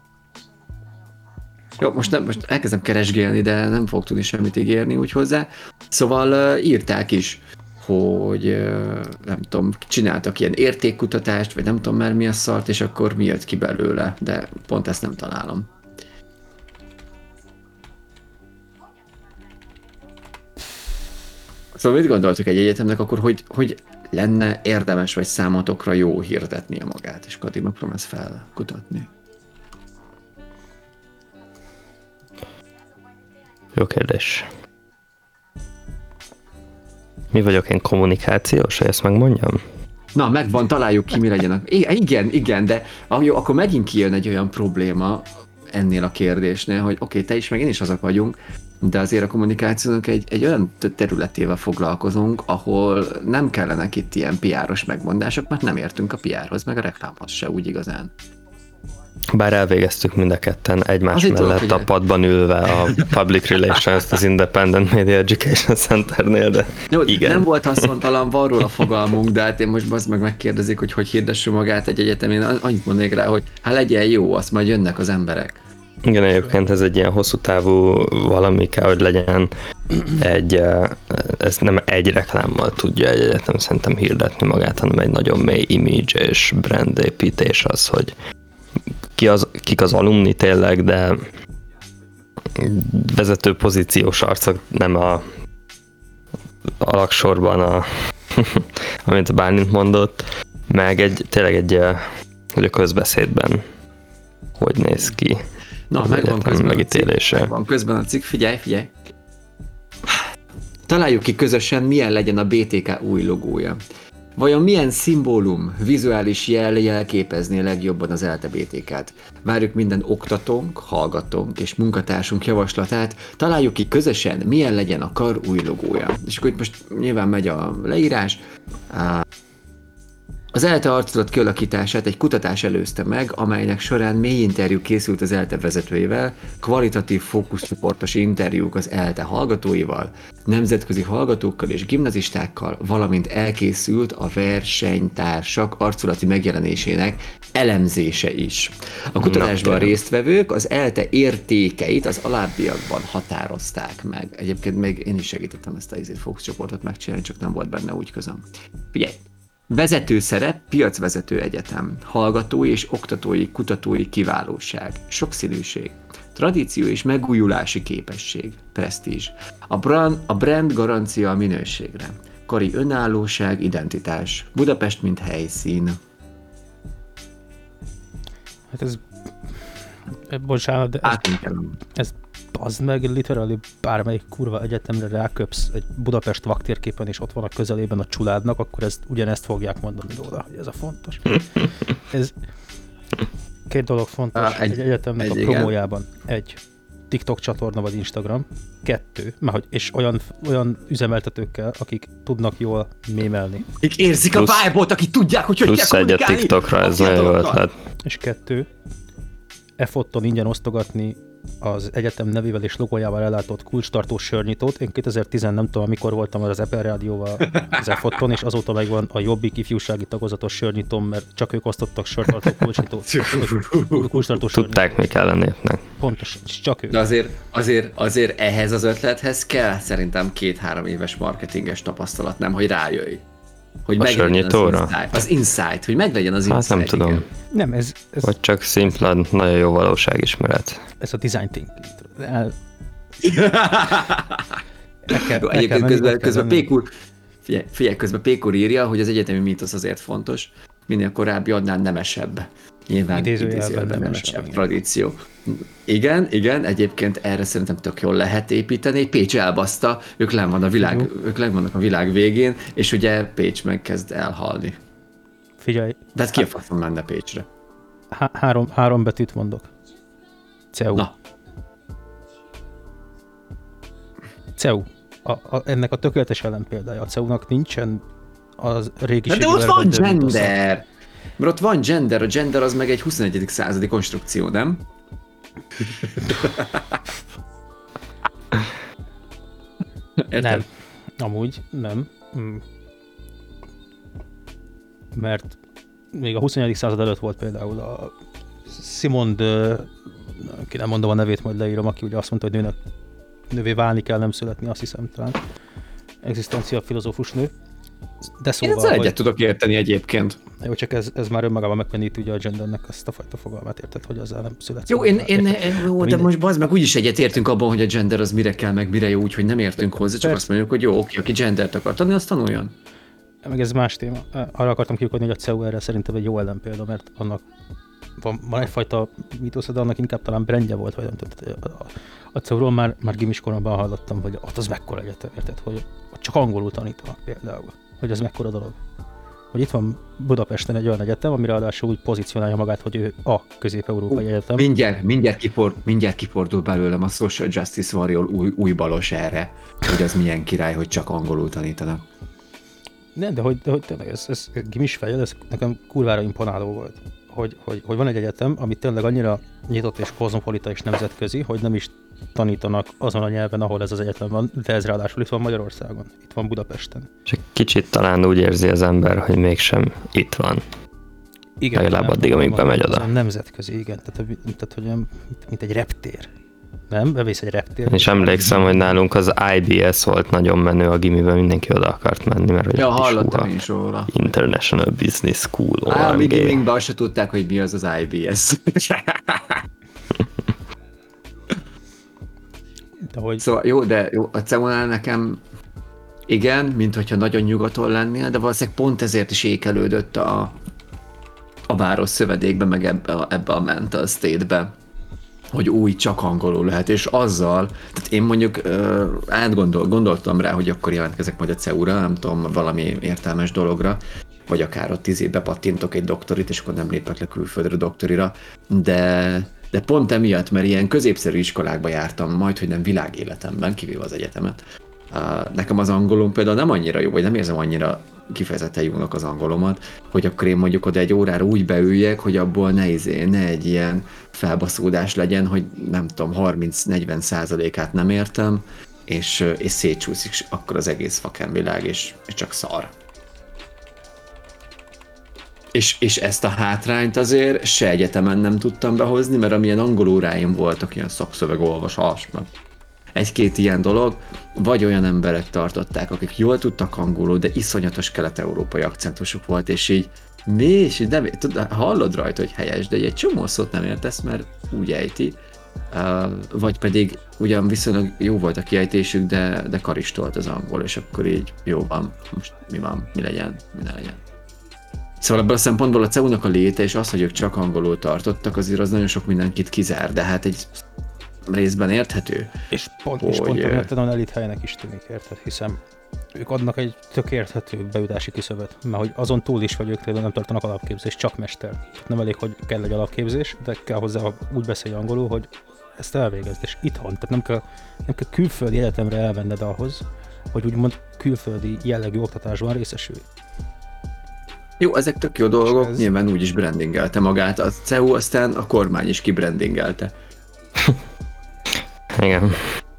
Jó, most elkezdem keresgélni, de nem fogok tudni semmit ígérni úgy hozzá. Szóval írták is, hogy nem tudom, csináltak ilyen értékkutatást, vagy nem tudom már mi a szart, és akkor mi jött ki belőle, de pont ezt nem találom. Szóval mit gondoltuk egy egyetemnek akkor, hogy lenne érdemes vagy számotokra jó hirdetnie magát, és Kati megpróbálom ezt felkutatni. Jó kérdés. Mi vagyok én kommunikációs, hogy ezt megmondjam? Na, megvan, találjuk ki, mi legyen. Igen, de jó, akkor megint kijön egy olyan probléma ennél a kérdésnél, hogy oké, te is, meg én is azok vagyunk, de azért a kommunikációnak egy olyan területével foglalkozunk, ahol nem kellenek itt ilyen PR-os megmondások, mert nem értünk a PR-hoz, meg a reklámhoz se úgy igazán. Bár elvégeztük mind a ketten egymás mellett a padban ülve a Public Relations az Independent Media Education Centernél, de jó, igen. Nem volt haszontalan, van róla fogalmunk, de hát én most meg megkérdezik, hogy hirdessük magát egy egyetemén, annyit mondanék rá, hogy hát legyen jó, azt majd jönnek az emberek. Igen, egyébként ez egy ilyen hosszú távú valami kell, hogy legyen ez nem egy reklámmal tudja egy egyetem szerintem hirdetni magát, hanem egy nagyon mély image és brand építés az, hogy kik az alumni tényleg, de vezető pozíciós arcok nem a alaksorban, amit a Bálint mondott, meg tényleg hogy a közbeszédben hogy néz ki. Na, megvan közben a cikk, figyelj. Találjuk ki közösen, milyen legyen a BTK új logója. Vajon milyen szimbólum, vizuális jel jelképezné legjobban az ELTE BTK-t? Várjuk minden oktatónk, hallgatónk és munkatársunk javaslatát, találjuk ki közösen, milyen legyen a kar új logója. És akkor itt most nyilván megy a leírás. Az ELTE arculat kialakítását egy kutatás előzte meg, amelynek során mély interjú készült az ELTE vezetőivel, kvalitatív fókuszcsoportos interjúk az ELTE hallgatóival, nemzetközi hallgatókkal és gimnazistákkal, valamint elkészült a versenytársak arculati megjelenésének elemzése is. A kutatásban résztvevők az ELTE értékeit az alábbiakban határozták meg. Egyébként még én is segítettem ezt a fókuszcsoportot megcsinálni, csak nem volt benne úgy közöm. Figyelj! Vezető szerep, piacvezető egyetem, hallgatói és oktatói, kutatói kiválóság, sokszínűség, tradíció és megújulási képesség, presztízs, a brand garancia a minőségre, kari önállóság, identitás, Budapest mint helyszín. Hát ez... Bocsánat, de ez bazd meg, literally bármelyik kurva egyetemre ráköpsz egy Budapest vaktérképen, és ott van a közelében a családnak, akkor ugyanezt fogják mondani róla, hogy ez a fontos. Ez két dolog fontos egy egyetemnek a promójában. Egy, TikTok csatorna vagy Instagram. 2, és olyan üzemeltetőkkel, akik tudnak jól mémelni. Akik érzik a vibe-ot, akik tudják, hogy kell kommunikálni. Plusz egy a TikTokra, ez nagyon jó ötlet. És 2, e-foton ingyen osztogatni az egyetem nevével és logójával ellátott kulcstartó sörnyitót. Én 2010 nem tudom, mikor voltam az Apple Rádióval az e-foton, és azóta megvan a Jobbik ifjúsági tagozatos sörnyitóm, mert csak ők osztottak sörtartó kulcstartó sörnyitót. Tudták, mi kell a népnek. pontos, csak ő. De azért ehhez az ötlethez kell szerintem 2-3 éves marketinges tapasztalat, nem, hogy rájöjj. Hogy A meglegyen sörnyitóra? az insight, hogy meglegyen az insight. Hát nem tudom. igen. Nem, ez Vagy csak szimplán nagyon jó valóságismeret. ez a design thinking. Jó, egyébként közben Pékur, figyelj, közben Pékur írja, hogy az egyetemi mítosz azért fontos, minél korábbi, annál nemesebb. Nyilván idézőjelben nemesebb tradíció. Igen, egyébként erre szerintem tök jól lehet építeni. Pécs elbaszta, ők lenn vannak a világ végén, és ugye Pécs megkezd elhalni. Figyelj. De hát ki a faszom menne Pécsre? Három betűt mondok. CEU. Na. CEU. Ennek a tökéletes ellenpéldája. A CEU-nak nincsen az régiségű... De ott van gender! Mert ott van gender, a gender az meg egy 21. századi konstrukció, nem? Nem. Amúgy nem. Mert még a 21. század előtt volt például a Simond, ki nem mondom a nevét, majd leírom, aki ugye azt mondta, hogy nővé válni kell, nem születni, azt hiszem talán. Egzisztencia filozófus nő. De szóval, én ezzel egyet tudok érteni egyébként. Jó, csak ez már önmagában megkönnyíti ugye a gendernek azt a fajta fogalmát, érted, hogy azzal nem születsz. Jó, de most bazd meg, úgyis egyet értünk abban, hogy a gender az mire kell, meg mire jó, úgyhogy nem értünk hozzá, csak azt mondjuk, hogy jó, oké, aki gendert akar tanulni, azt tanuljon. Meg ez más téma. Arra akartam kiukodni, hogy a CEU erre szerintem egy jó ellenpélda, mert annak van egyfajta mítosz, de annak inkább talán brandje volt, vagy nem tudom. A CEU-ról már gimis koromban hallottam, hogy ott az mekkora egyetem, érted, hogy csak angolul tanítanak például, hogy ez mekkora dolog. Hogy itt van Budapesten egy olyan egyetem, ami ráadásul úgy pozícionálja magát, hogy ő a közép-európai egyetem. Mindjárt kifordul belőlem a Social Justice Warrior új balos erre, hogy az milyen király, hogy csak angolul tanítanak. Nem, de hogy tényleg ez gimis fejjel, ez nekem kurvára imponáló volt. Hogy van egy egyetem, ami tényleg annyira nyitott és kozmopolita és nemzetközi, hogy nem is tanítanak azon a nyelven, ahol ez az egyetem van, de ez ráadásul itt van Magyarországon, itt van Budapesten. Csak kicsit talán úgy érzi az ember, hogy mégsem itt van. Igen, legalább addig, amíg bemegy oda. Nemzetközi, igen, tehát hogy mint egy reptér. Nem? Bevész egy reptér. És emlékszem, hogy nálunk az IBS volt nagyon menő a gimiben, mindenki oda akart menni, mert hogy hallottam én is róla. International Business School. Mi giminkben azt se tudták, hogy mi az IBS. Szóval jó, a CEU-nál nekem igen, mint hogyha nagyon nyugaton lennél, de valószínűleg pont ezért is ékelődött a város szövedékbe, meg ebbe a mental state-be, hogy új, csak angolul lehet, és azzal, tehát én mondjuk gondoltam rá, hogy akkor jelentkezek majd a CEU-ra, nem tudom, valami értelmes dologra, vagy akár ott 10 évbe pattintok egy doktorit, és akkor nem lépek le külföldre doktorira, de pont emiatt, mert ilyen középszerű iskolákba jártam, majd, hogy nem világéletemben, kivéve az egyetemet. Nekem az angolom például nem annyira jó, vagy nem érzem annyira kifejezetten jónak az angolomat, hogy akkor én mondjuk oda egy órára úgy beüljek, hogy abból ne egy ilyen felbaszódás legyen, hogy nem tudom, 30-40%-át nem értem, és szétcsúszik akkor az egész fakemvilág, és csak szar. És ezt a hátrányt azért se egyetemen nem tudtam behozni, mert amilyen angolóráim voltak, ilyen szakszövegolvasás, meg egy-két ilyen dolog, vagy olyan emberek tartották, akik jól tudtak angolul, de iszonyatos kelet-európai akcentusuk volt, és így hallod rajta, hogy helyes, de egy csomó szót nem értesz, mert úgy ejti, vagy pedig ugyan viszonylag jó volt a kiejtésük, de karistolt az angol, és akkor így jó van, most mi legyen, mi ne legyen. Szóval ebből a szempontból a CEU-nak a léte, és az, hogy ők csak angolul tartottak, azért az nagyon sok mindenkit kizár, de hát egy részben érthető. És pont amiatt a elit helynek is tűnik, érted? Hiszen ők adnak egy tök érthető bejutási küszöböt, mert hogy azon túl is, hogy ők tényleg nem tartanak alapképzést, csak mester. Nem elég, hogy kell egy alapképzés, de kell hozzá úgy beszélni angolul, hogy ezt elvégezd, és itthon. Tehát nem kell külföldi egyetemre elvenned ahhoz, hogy úgymond külföldi jellegű oktatásban részesülj. Jó, ezek tök jó dolgok, nyilván úgy is brandingelte magát. A CEU, aztán a kormány is kibrandingelte. Igen.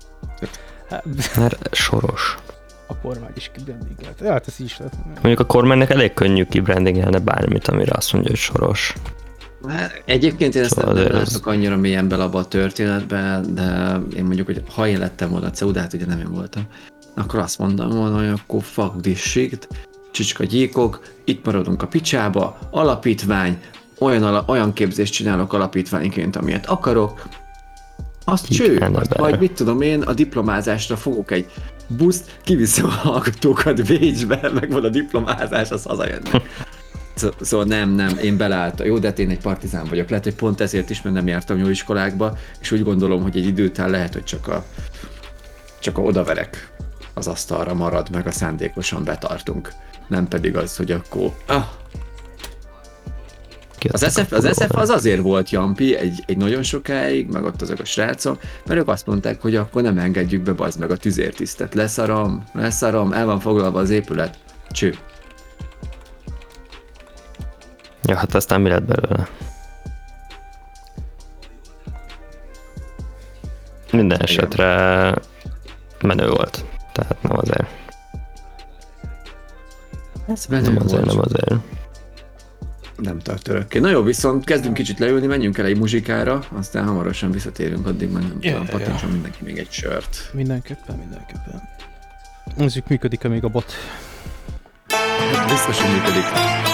Mert soros. A kormány is kibrandingelte. Hát ez is lehet. Mondjuk a kormánynak elég könnyű kibrandingelni bármit, amire azt mondja, hogy soros. Egyébként én ezt Szóval nem azért látok annyira mélyen bele abba a történetbe, de én mondjuk, hogy ha én lettem volna CEU, de hát ugye nem én voltam, akkor azt mondom volna, hogy akkor fuck this shit, csicska gyíkok, itt maradunk a picsába, alapítvány, olyan képzést csinálok alapítványként, amilyet akarok, azt cső, vagy mit tudom én, a diplomázásra fogok egy buszt, kiviszem a hallgatókat Bécsbe, meg van a diplomázás, az hazajönnek. Szóval nem, én beleálltam. Jó, de hát én egy partizán vagyok. Lehet, hogy pont ezért is, mert nem jártam jó iskolákba, és úgy gondolom, hogy egy idő után lehet, hogy csak a odaverek az asztalra marad, meg a szándékosan betartunk. Nem pedig az, hogy akkor... Az SF az azért volt Jampi egy nagyon sokáig, meg ott azok a srácok, mert ők azt mondták, hogy akkor nem engedjük be bazd meg a tüzértisztet. Leszarom, el van foglalva az épület. Cső. Ja, hát aztán mi lett belőle? Minden esetre menő volt. Tehát nem azért. Ez menő volt. Nem azért. Nem tart örökké. Na jó, viszont kezdünk kicsit leülni, menjünk el egy muzsikára, aztán hamarosan visszatérünk, addig meg nem tudom, patintson mindenki még egy sört. Mindenképpen. Nézzük, működik-e még a bot. Biztos, hogy működik.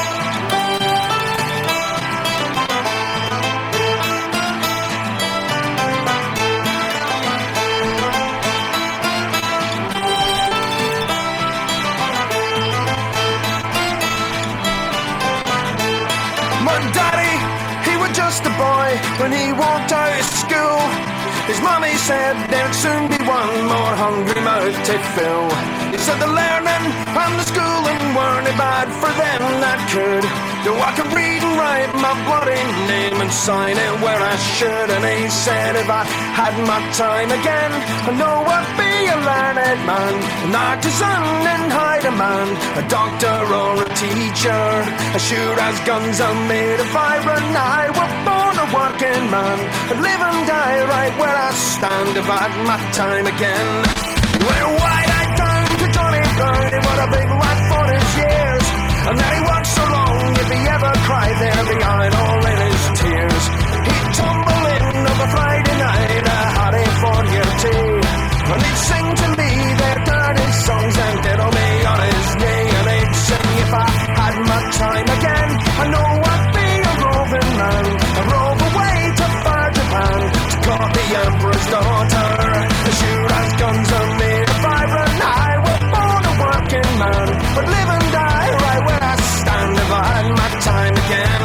When he walked out of school, his mommy said there'd soon be one more hungry mouth to fill. He said the learning and the schooling weren't bad for them that could. Though I could read and write my bloody name and sign it where I should. And he said if I had my time again, I know I'd be a learned man, an artisan and hide a man, a doctor or a teacher, a shoot as guns are made of iron. I was born a working man, and live and die right where I stand if I had my time again. Well, wide-eyed down to Johnny Brown, he was a big lad for his years, and then he worked so long, if he ever cried there'd be iron all in his tears. He'd tumble in of a Friday night, a hottie for your tea, and he'd sing to me their dirty songs and diddle me on his knee. And he'd sing if I had my time again, I know I'd be a roving man, a rove away to far Japan, to court the emperor's daughter. The shoot as guns are made of iron. I was born a working man, but live and die right where I stand if I had my time again.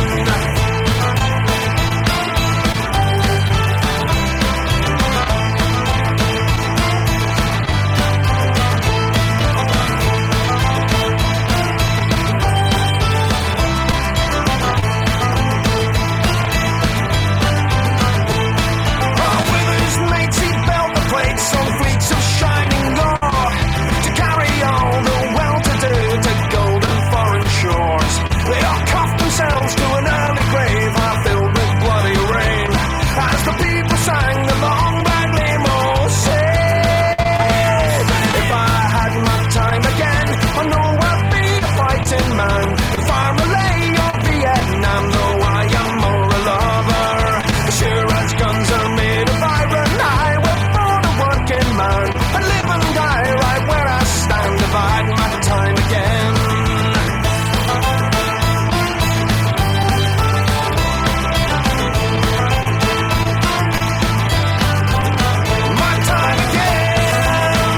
Some fleets of shining ore to carry all the well-to-do to golden foreign shores. They all coughed themselves to an early grave, half filled with bloody rain, as the people sang the long black limo say, if I had my time again, I know I'd be a fighting man. If I'm Malay or Vietnam, though I am more a lover. Sure as guns are made of iron, I man, I live and die right where I stand if I had my time again. My time again.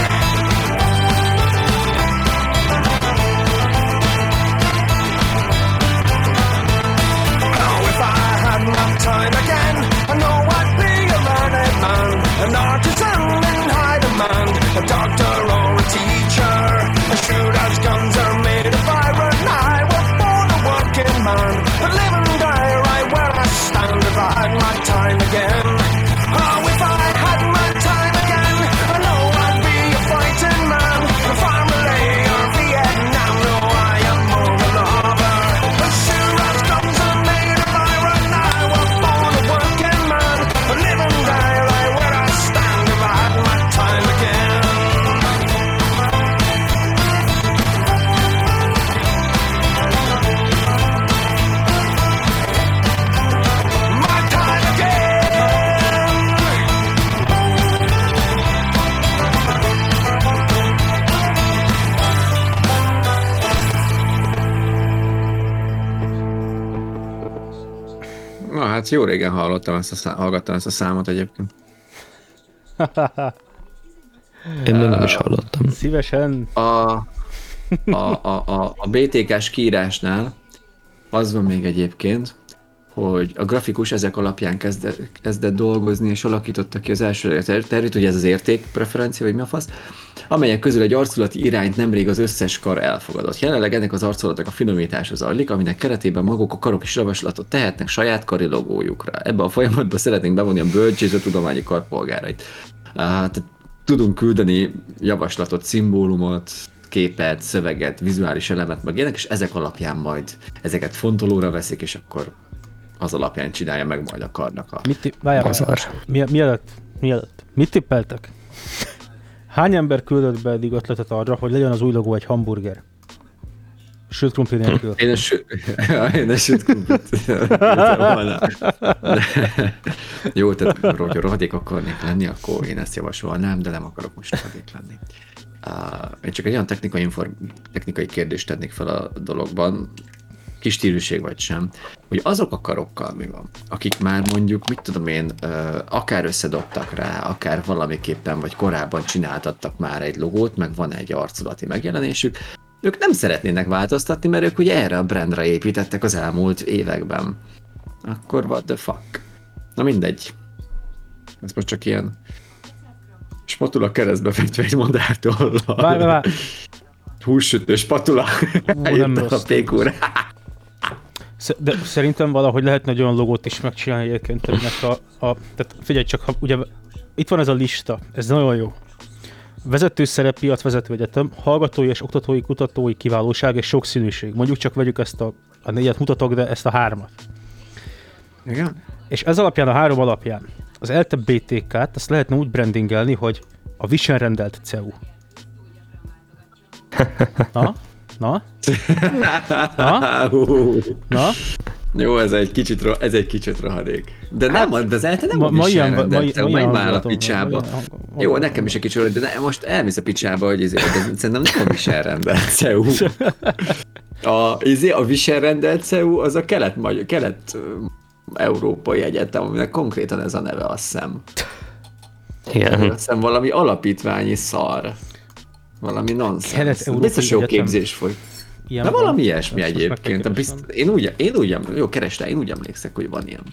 Oh, if I had my time again, I know I'd be a learned man, an artisan, a doctor or a teacher, a shoot as guns are made of iron. I was born a working man, but live and die right where I stand if I had my time again. Oh, if I had my time again, I know I'd be a fighting man. If I'm Malay or Vietnam, no, I am more a lover. A shoot as guns are made of iron. I was born a working man, but live and die right where I stand if I had my time again. Jó régen hallgattam ezt a számot egyébként. Én még nem is hallottam. Szívesen. A BTK-s kiírásnál az van még egyébként, hogy a grafikus ezek alapján kezdett dolgozni, és alakította ki az első tervét, ugye ez az értékpreferencia, vagy mi a fasz, amelyek közül egy arculati irányt nemrég az összes kar elfogadott. Jelenleg ennek az arculatnak a finomítása zajlik, aminek keretében maguk a karok is javaslatot tehetnek saját kari logójukra. Ebbe a folyamatba szeretnénk bevonni a bölcs és a tudományi kar polgárait. Tehát tudunk küldeni javaslatot, szimbólumot, képet, szöveget, vizuális elemet, meg ilyenek, és ezek alapján majd ezeket fontolóra veszik, és akkor az alapján csinálja meg majd a karnak a... Mielőtt. Mit tippeltek? Hány ember küldött be eddig ötletet arra, hogy legyen az új logó egy hamburger? Sült krumpli nélkül. Én a sült krumplit Jó, tehát hogyha rohadék akarnék lenni, akkor én ezt javasolnám, de nem akarok most rohadék lenni. Én csak egy olyan technikai kérdést tennék fel a dologban, kis stíluség vagy sem, hogy azok a karokkal mi van, akik már mondjuk, mit tudom én, akár összedobtak rá, akár valamiképpen, vagy korábban csináltattak már egy logót, meg van egy arculati megjelenésük, ők nem szeretnének változtatni, mert ők ugye erre a brandra építettek az elmúlt években. Akkor what the fuck? Na mindegy. Ez most csak ilyen spatula keresztbe fekve egy madártollal. Várj. Hússütő spatula. Nem a rossz. pékóra. De szerintem valahogy lehetne egy olyan logót is megcsinálni egyébként, tehát figyelj csak, ugye itt van ez a lista, ez nagyon jó. Vezető szerep, piacvezető egyetem, hallgatói és oktatói, kutatói kiválóság és sokszínűség. Mondjuk csak vegyük ezt a négyet mutatok, de ezt a 3-at. Igen? És ez alapján, a 3 alapján az ELTE BTK-t azt lehetne úgy brandingelni, hogy a viselrendelt CEU. Na? Jó, ez egy kicsit rohadék. De nem, de az ELTE nem a viselrendelt, majd már a picsába. Jó, nekem is egy kicsit, de most elmész a picsába, hogy szerintem nem a viselrendelt CEU. A viselrendelt CEU az a kelet-európai egyetem, aminek konkrétan ez a neve, azt hiszem. Igen. Azt hiszem valami alapítványi szar. Valami nonsens. Biztos jó képzés folyt. De valami ilyesmi egyébként. Jó, keresd el, én úgy emlékszek, hogy van ilyen.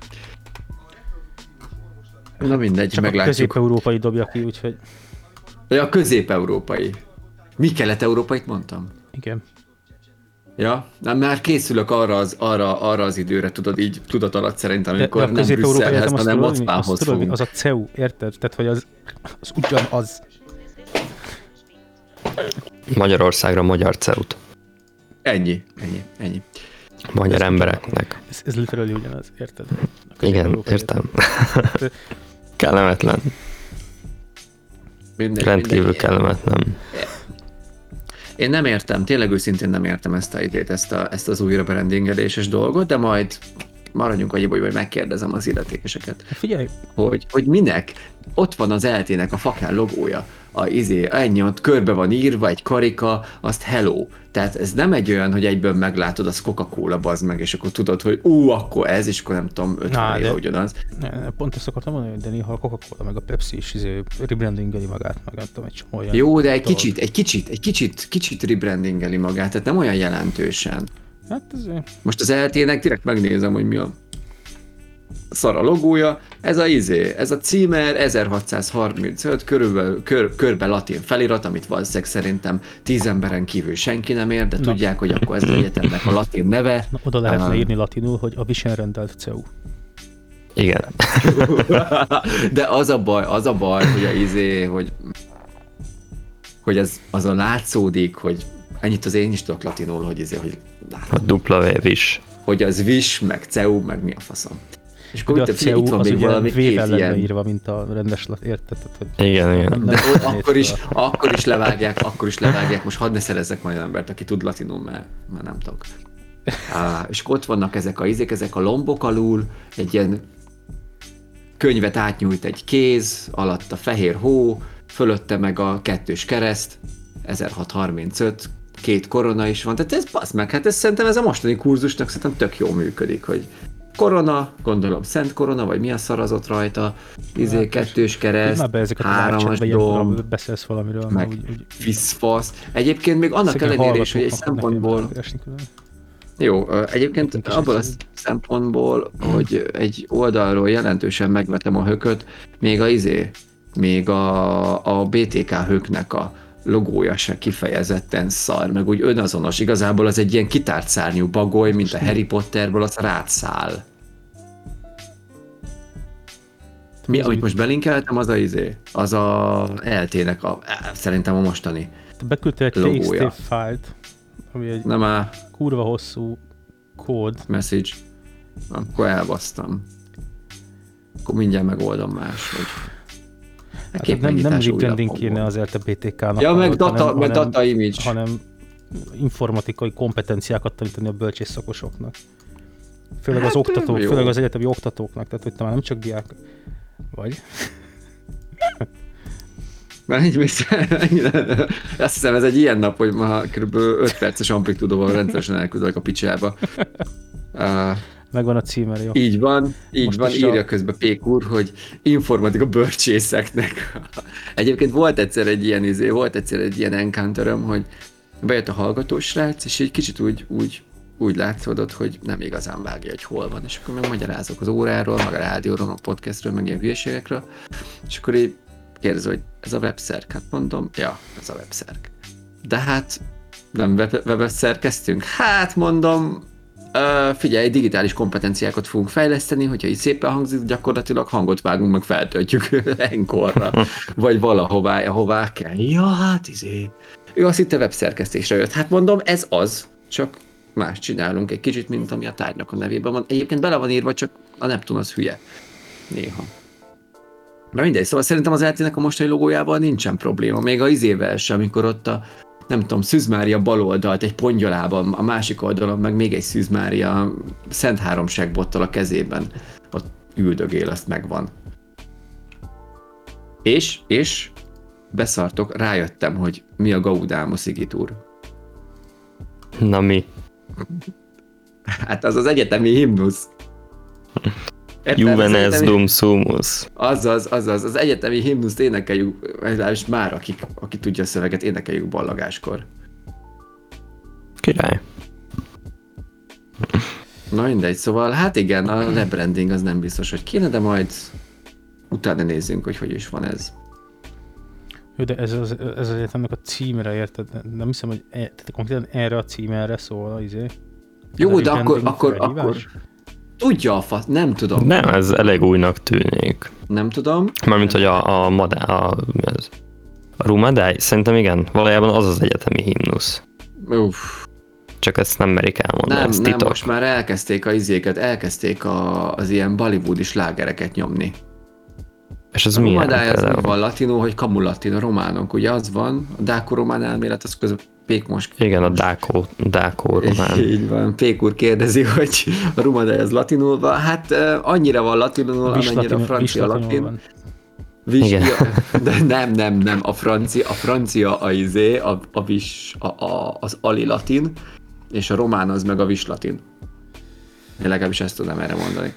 Na mindegy, csak meglátjuk. A közép-európai dobja ki, úgyhogy... Ja, a közép-európai. Mi kelet-európait mondtam? Igen. Ja, nem, már készülök arra az időre, tudod, így tudat alatt szerintem, amikor nem Brüsszelhez, hanem Moszkvához fogunk. Az a CEU, érted? Tehát, hogy az ugyanaz. Magyarországra magyar CEU-t. Ennyi. Magyar embereknek. Ez literally ugyanaz, érted? Igen, értem. Kellemetlen. Rendkívül kellemetlen. Én nem értem, tényleg őszintén nem értem ezt a idét, ezt az újra brandingeléses dolgot, de majd maradjunk annyiból, hogy megkérdezem az illetékeseket. Figyelj! Hogy minek? Ott van az ELTE-nek a fakán logója. Ennyi ott körbe van írva, egy karika, azt hello. Tehát ez nem egy olyan, hogy egyből meglátod, az Coca-Cola, bazd meg, és akkor tudod, hogy akkor ez, és akkor nem tudom, 50 éve ugyanaz. Pont ezt akartam mondani, de néha a Coca-Cola meg a Pepsi is rebrandingeli magát, meg nem tudom, egy csomó olyan. Jó, de egy kicsit rebrandingeli magát, tehát nem olyan jelentősen. Hát azért. Most az ELTE-nek direkt megnézem, hogy mi a szar a logója, ez a címer 1635, körülbelül körbe latin felirat, amit valószínűleg szerintem 10 emberen kívül senki nem ér, de tudják, hogy akkor ez az egyetemnek a latin neve. Na, oda lehetne írni latinul, hogy a viselrendelt CEU. Igen. De az a baj, hogy hogy ez azon látszódik, hogy ennyit azért én is tudok latinul, hogy hogy A W is. hogy az vis, meg CEU, meg mi a faszom. És akkor a CEU itt van az még ugye valami két ilyen... írva, mint a rendes érted? Igen. De akkor is levágják, most hadd ne szerezzek majd embert, aki tud latinul, mert nem tudok. És ott vannak ezek a lombok alul, egy ilyen könyvet átnyújt egy kéz, alatt a fehér hó, fölötte meg a 2 kereszt, 1635, 2 korona is van, tehát ez basz meg, hát ez szerintem ez a mostani kurzusnak szerintem tök jól működik, hogy korona, gondolom Szent Korona, vagy mi a szarazott rajta, kettős kereszt, Már be ezeket a 3-as live-chatbe ilyenkor domb, beszélsz valamiről, meg úgy fiszfasz. Egyébként még annak szegény ellenére is, hogy egy hallgatóknak szempontból... ne kell esni külön. Jó, egyébként Nekünk is abból a egyszerű. szempontból, hogy egy oldalról jelentősen megvetem a hököt, még a BTK höknek a logója se kifejezetten szar, meg úgy önazonos. Igazából az egy ilyen kitárt szárnyú bagoly, mint a Harry Potterből, az rátszál. Mi, amit most belinkeltem, az a LT-nek szerintem a mostani Te beküldtél egy logója. TXT fájlt, ami egy Nem a kurva hosszú kód. message. Akkor elbasztam. Akkor mindjárt megoldom máshogy. Hát nem rebranding kéne az LTBTK-nak. Ja, meg data image. hanem informatikai kompetenciákat tanítani a bölcsész szakosoknak. Főleg az oktatók, jó. főleg az egyetemi oktatóknak, tehát hogy te már nem csak diák vagy. Azt hiszem, ez egy ilyen nap, hogy ma kb. 5 perces amplitúdóval rendszeresen elküldök a picsába. Megvan a címer, jó. Így van, Most is írja közben Pék úr, hogy informatika bölcsészeknek. Egyébként volt egyszer egy ilyen encounteröm, hogy bejött a hallgatósrác, és egy kicsit úgy látszódott, hogy nem igazán vágja, hogy hol van, és akkor meg magyarázok az óráról, meg a rádióról, a podcastről, meg ilyen hülyeségekről, és akkor így kérdező, hogy ez a webszerk? Hát mondom, ja, ez a webszerk. De hát nem webet szerkeztünk? Hát mondom, figyelj, digitális kompetenciákat fogunk fejleszteni, hogyha így szépen hangzik, gyakorlatilag hangot vágunk, meg feltöltjük enkorra, vagy ahová kell. Ja, hát Ő azt hitte webszerkesztésre jött. Hát mondom, ez az, csak más csinálunk egy kicsit, mint ami a tárgynak a nevében van. Egyébként bele van írva, csak a Neptun az hülye. Néha. Na mindegy, szóval szerintem az LT-nek a mostani logójában nincsen probléma. Még a sem, amikor ott a nem tudom, Szűz Mária bal oldalt egy pongyolában, a másik oldalon meg még egy Szűz Mária Szent Háromság bottal a kezében. Ott üldögél, azt megvan. És beszartok, rájöttem, hogy mi a Gaudámus Igitúr. Na mi? Hát az egyetemi himnusz. Juvenes dum sumus. Azaz, az egyetemi himnuszt énekeljük, legalábbis már aki tudja a szöveget, énekeljük ballagáskor. Király. Na mindegy, szóval hát igen, a rebranding az nem biztos, hogy kéne, de majd utána nézzünk, hogy is van ez. Jó, de ez az egyetemnek a címre, érted? Nem hiszem, hogy tehát konkrétan erre a címerre szól Jó, de akkor tudja a fasz, nem tudom. Nem, ez elég újnak tűnik. Nem tudom. Mármint, hogy a Rumadály, szerintem igen, valójában az egyetemi himnusz. Uff. Csak ezt nem merik elmondani, ez Nem, titok. most már elkezdték az ilyen bollywoodi slágereket nyomni. És ez A milyen? Rumadály az úgy van latinul, hogy Camulatin, a románok, ugye az van, a dáko-román elmélet, az közben Pék most... Igen, a dákó román. Így van, Pék úr kérdezi, hogy a Rumadály az latinul van, hát annyira van latinul, amennyire a francia latin. Igen. De nem, a francia az alilatin, és a román az meg a vislatin. Én legalábbis ezt tudom erre mondani.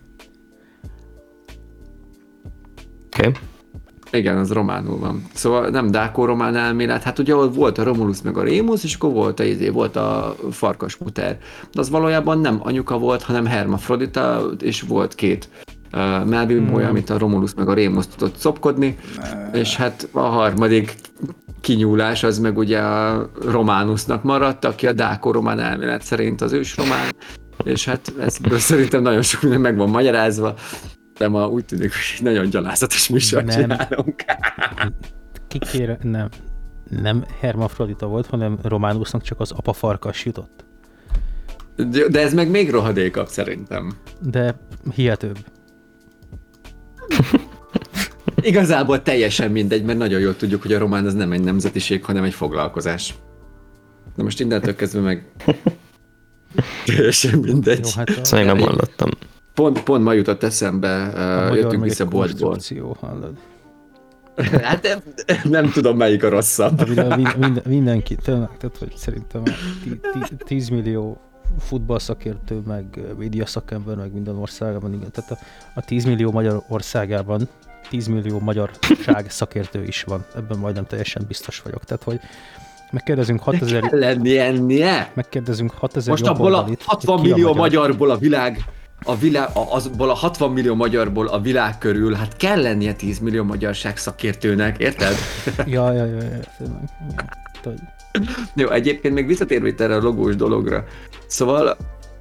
Oké. Igen, az románul van. Szóval nem dáko-román elmélet, hát ugye volt a Romulus meg a Rémus, és akkor volt a farkasmuter. De az valójában nem anyuka volt, hanem Hermafrodita, és volt két melbimbója, amit a Romulus meg a Rémus tudott szopkodni, és hát a harmadik kinyúlás az meg ugye a Románusnak maradt, aki a dáko-román elmélet szerint az ős román, és hát ezt szerintem nagyon sok minden meg van magyarázva, de ma úgy tűnik, hogy nagyon gyalázatos műsort csinálunk. Kikére, nem Hermafrodita volt, hanem Románusnak csak az apa farkas jutott. De ez meg még rohadékabb szerintem. De hihetőbb. Igazából teljesen mindegy, mert nagyon jól tudjuk, hogy a román az nem egy nemzetiség, hanem egy foglalkozás. De most innentől kezdve meg teljesen mindegy. Jó, hát Ezt még nem hallottam. Pont ma jutott eszembe, jöttünk vissza boltból. Hát nem tudom, melyik a rosszabb. Mindenki, tényleg, tehát hogy szerintem 10 millió futballszakértő, meg média szakember, meg minden országban, igen. Tehát a 10 millió magyar országában 10 millió magyarság szakértő is van. Ebben majdnem teljesen biztos vagyok. Tehát, hogy megkérdezünk 6000... Kell lenni ennie? Megkérdezünk 6000 Most abból a jobboldalit, 60 ki a millió magyar. magyarból azból a 60 millió magyarból a világ körül, hát kell lennie 10 millió magyarság szakértőnek, érted? Ja, tényleg. Igen. Jó, egyébként még visszatérve itt erre a logós dologra. Szóval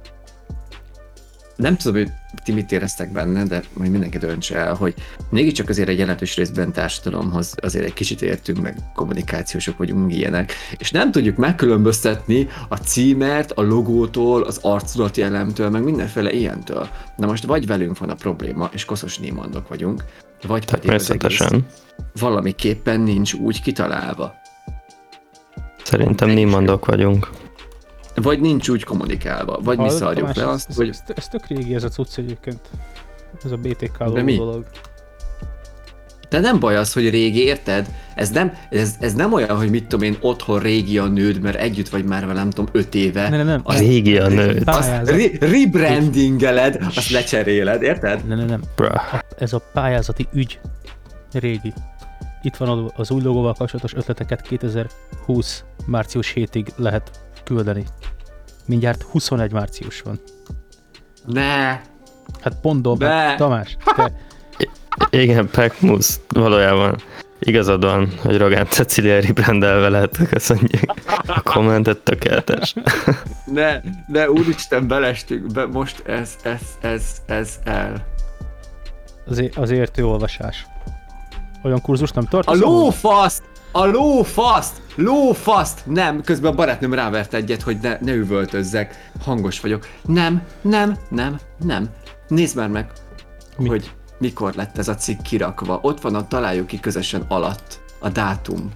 nem tudom, hogy ti mit éreztek benne, de majd mindenki döntse el, hogy mégiscsak azért egy jelentős részben társadalomhoz azért egy kicsit értünk, meg kommunikációsok vagyunk ilyenek, és nem tudjuk megkülönböztetni a címert, a logótól, az arculati elemtől, meg mindenféle ilyentől. Na most vagy velünk van a probléma, és koszos némandok vagyunk, vagy pedig az egész valamiképpen nincs úgy kitalálva. Szerintem némandok vagyunk. Vagy nincs úgy kommunikálva, vagy mi szarjuk le azt, hogy... Ez tök régi ez a cucc egyébként. Ez a BTK dolog. De nem baj az, hogy régi, érted? Ez nem olyan, hogy mit tudom én, otthon régi a nőd, mert együtt vagy már vele, nem tudom, 5 éve. Nem. Régi a nőd. Azt rebrandingeled, azt lecseréled, érted? Nem. Ez a pályázati ügy régi. Itt van az új logóval kapcsolatos ötleteket 2020 március 7-ig lehet küldeni. Mindjárt 21 március van. Ne! Hát mondom, Tamás, te... Igen, Pekmusz, valójában igazad van, hogy Rogán Cecilia rebrandelve lehet, köszönjük. A kommentet tökéletes. Ne, úristen, belestünk be, most ez el. Az értő olvasás. Olyan kurzus nem tart? A lófaszt! Nem, közben a barátnőm rávert egyet, hogy ne üvöltözzek. Hangos vagyok. Nem. Nézd már meg, hogy mikor lett ez a cikk kirakva. Ott van a találjuk ki közösen alatt. A dátum.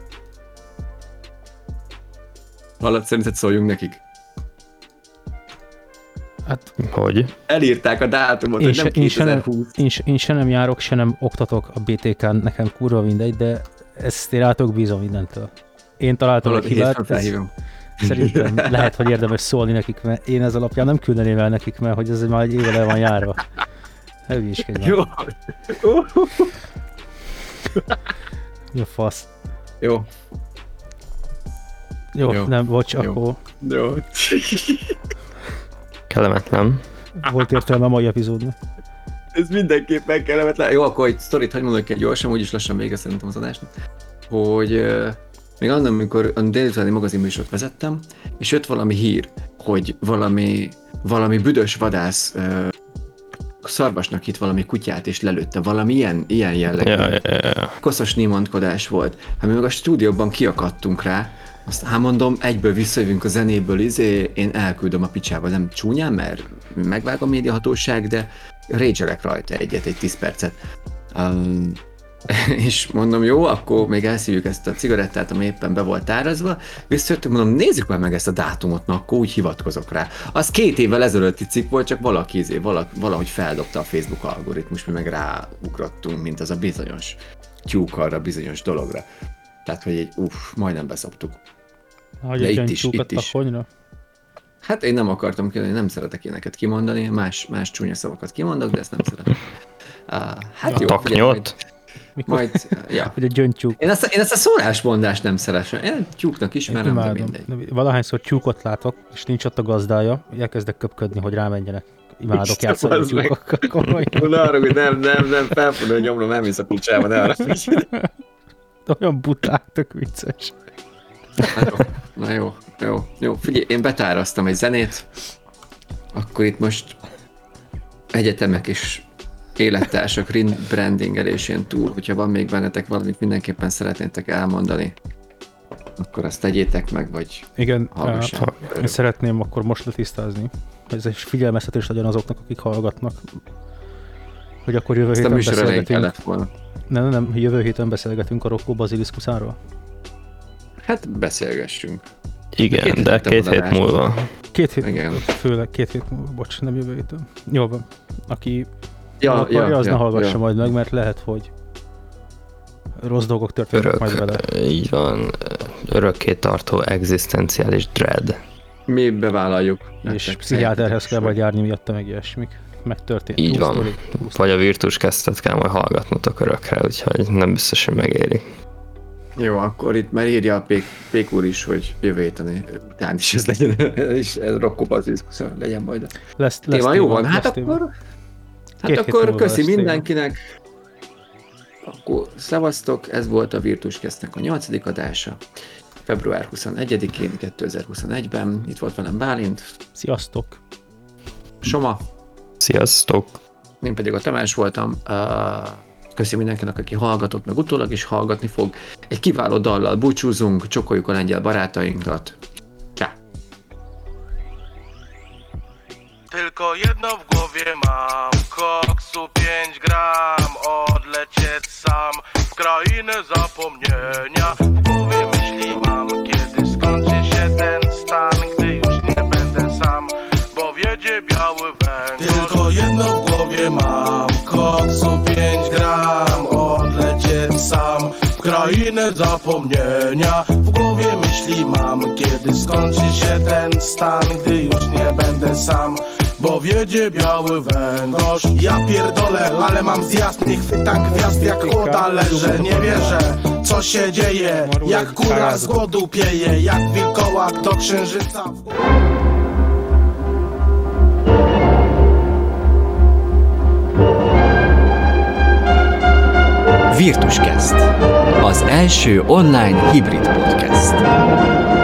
Hallod, szerinted szóljunk nekik? Hát, hogy? Elírták a dátumot, hogy nem 2020. Én se nem járok, se nem oktatok a BTK-n, nekem kurva mindegy, de ezt én rátok bízom mindentől. Én találtam egy hibát, szerintem lehet, hogy érdemes szólni nekik, mert én ez alapján nem küldeném el nekik, mert hogy ez már egy éve le van járva. Hülyéskedj már. Jó fasz. Jó, nem, bocs, akkor jó. Kellemetlen. volt értelme a mai epizódnak. Ez mindenképpen kellemetlen. Jó, akkor egy sztorit hadd mondok egy gyorsan, úgyis lassan vége szerintem az adásnak. Hogy még annak, amikor a délutáni magazinműsort vezettem, és jött valami hír, hogy valami büdös vadász szarvasnak hitt valami kutyát, és lelőtte. Valami ilyen jellegű. Ja. Koszos némandkodás volt. Hát mi meg a stúdióban kiakadtunk rá, azt mondom, egyből visszajövünk a zenéből, én elküldöm a picsába, nem csúnyán, mert megvág a médiahatóság, de rage-elek rajta egy 10 percet. És mondom, jó, akkor még elszívjuk ezt a cigarettát, ami éppen be volt árazva, visszajöttünk, mondom, nézzük meg ezt a dátumot, na, akkor úgy hivatkozok rá. Az 2 évvel ezelőtti cikk volt, csak valahogy feldobta a Facebook algoritmus, mi meg ráugrottunk, mint az a bizonyos tyúk arra bizonyos dologra. Tehát, hogy majdnem beszoptuk. De itt is. Hát én nem akartam kimondani, nem szeretek ilyeneket kimondani, más csúnya szavakat kimondok, de ezt nem szeretem. Hát jó, taknyot? Majd ja. Hogy a gyöngytyúk. Én ezt a szólásmondást nem szeretem. Én tyúknak ismerem, de mindegy. Valahányszor tyúkot látok, és nincs ott a gazdája, elkezdek köpködni, hogy rámenjenek. Imádok játszani a tyúkokkal. Ne arra, hogy nem, felfordul a nyomrom, nem visz a picsába, ne arra. Olyan buták, tök vicces. Na jó. Figyelj, én betáraztam egy zenét, akkor itt most egyetemek és élettársak brandingelésén túl, hogyha van még bennetek valamit mindenképpen szeretnétek elmondani, akkor azt tegyétek meg, vagy igen, én szeretném akkor most letisztázni, hogy ez egy figyelmeztetés legyen azoknak, akik hallgatnak, hogy akkor jövő héten beszélgetünk. Nem, jövő héten beszélgetünk a Rocco Basiliszkuszáról. Hát beszélgessünk. Igen, de 2 hét múlva. 2 hét, igen. Főleg 2 hét múlva, bocs, nem jövő héten. Jó van. Aki akarja, az ne hallgassa majd meg, mert lehet, hogy rossz dolgok történnek majd vele. Így van. Örökké tartó egzisztenciális dread. Mi bevállaljuk. És nektek pszichiáterhez kell helyettesek. majd járni miatta, meg ilyesmik. Megtörtént. Így True van. story. Vagy a Virtus Questet kell majd hallgatnotok örökre, úgyhogy nem biztos, hogy megéri. Jó, akkor itt már írja a Pék úr is, hogy jövő héten után is ez legyen, és ez rokkóbaziszk, szóval legyen majd a Lesz téma. Jó van, hát lesz téma. akkor, Két hét múlva köszi lesz téma. mindenkinek. Akkor szavaztok, ez volt a Virtus Questnek a 8. adása. Február 21-én 2021-ben. Itt volt velem Bálint, Sziasztok! Soma, Sziasztok! én pedig a Tamás voltam. Köszi mindenkinek, aki hallgatott, meg utólag is hallgatni fog. Egy kiváló dallal búcsúzunk, csokoljuk a lengyel barátainkat. Csá! Tylko jedno w głowie mam, koksu 5 gram, odlecieć sam w krainę zapomnienia. W głowie myśli mam, kiedy skończy się ten stan, gdy już nie będę sam, bo wiedzie biały węgiel. Tylko jedno w głowie mam, koksu 5 gram, odlecieć sam w krainę zapomnienia. W głowie myśli mam, kiedy skończy się ten stan, gdy już nie będę sam, bo wiedzie biały węgorz. Ja pierdolę, ale mam zjazd, nie chwytam gwiazd jak chłoda leżę. Nie wierzę, co się dzieje, jak kura z głodu pieje, jak wilkołak do księżyca w górę. Virtus Quest, az első online hibrid podcast.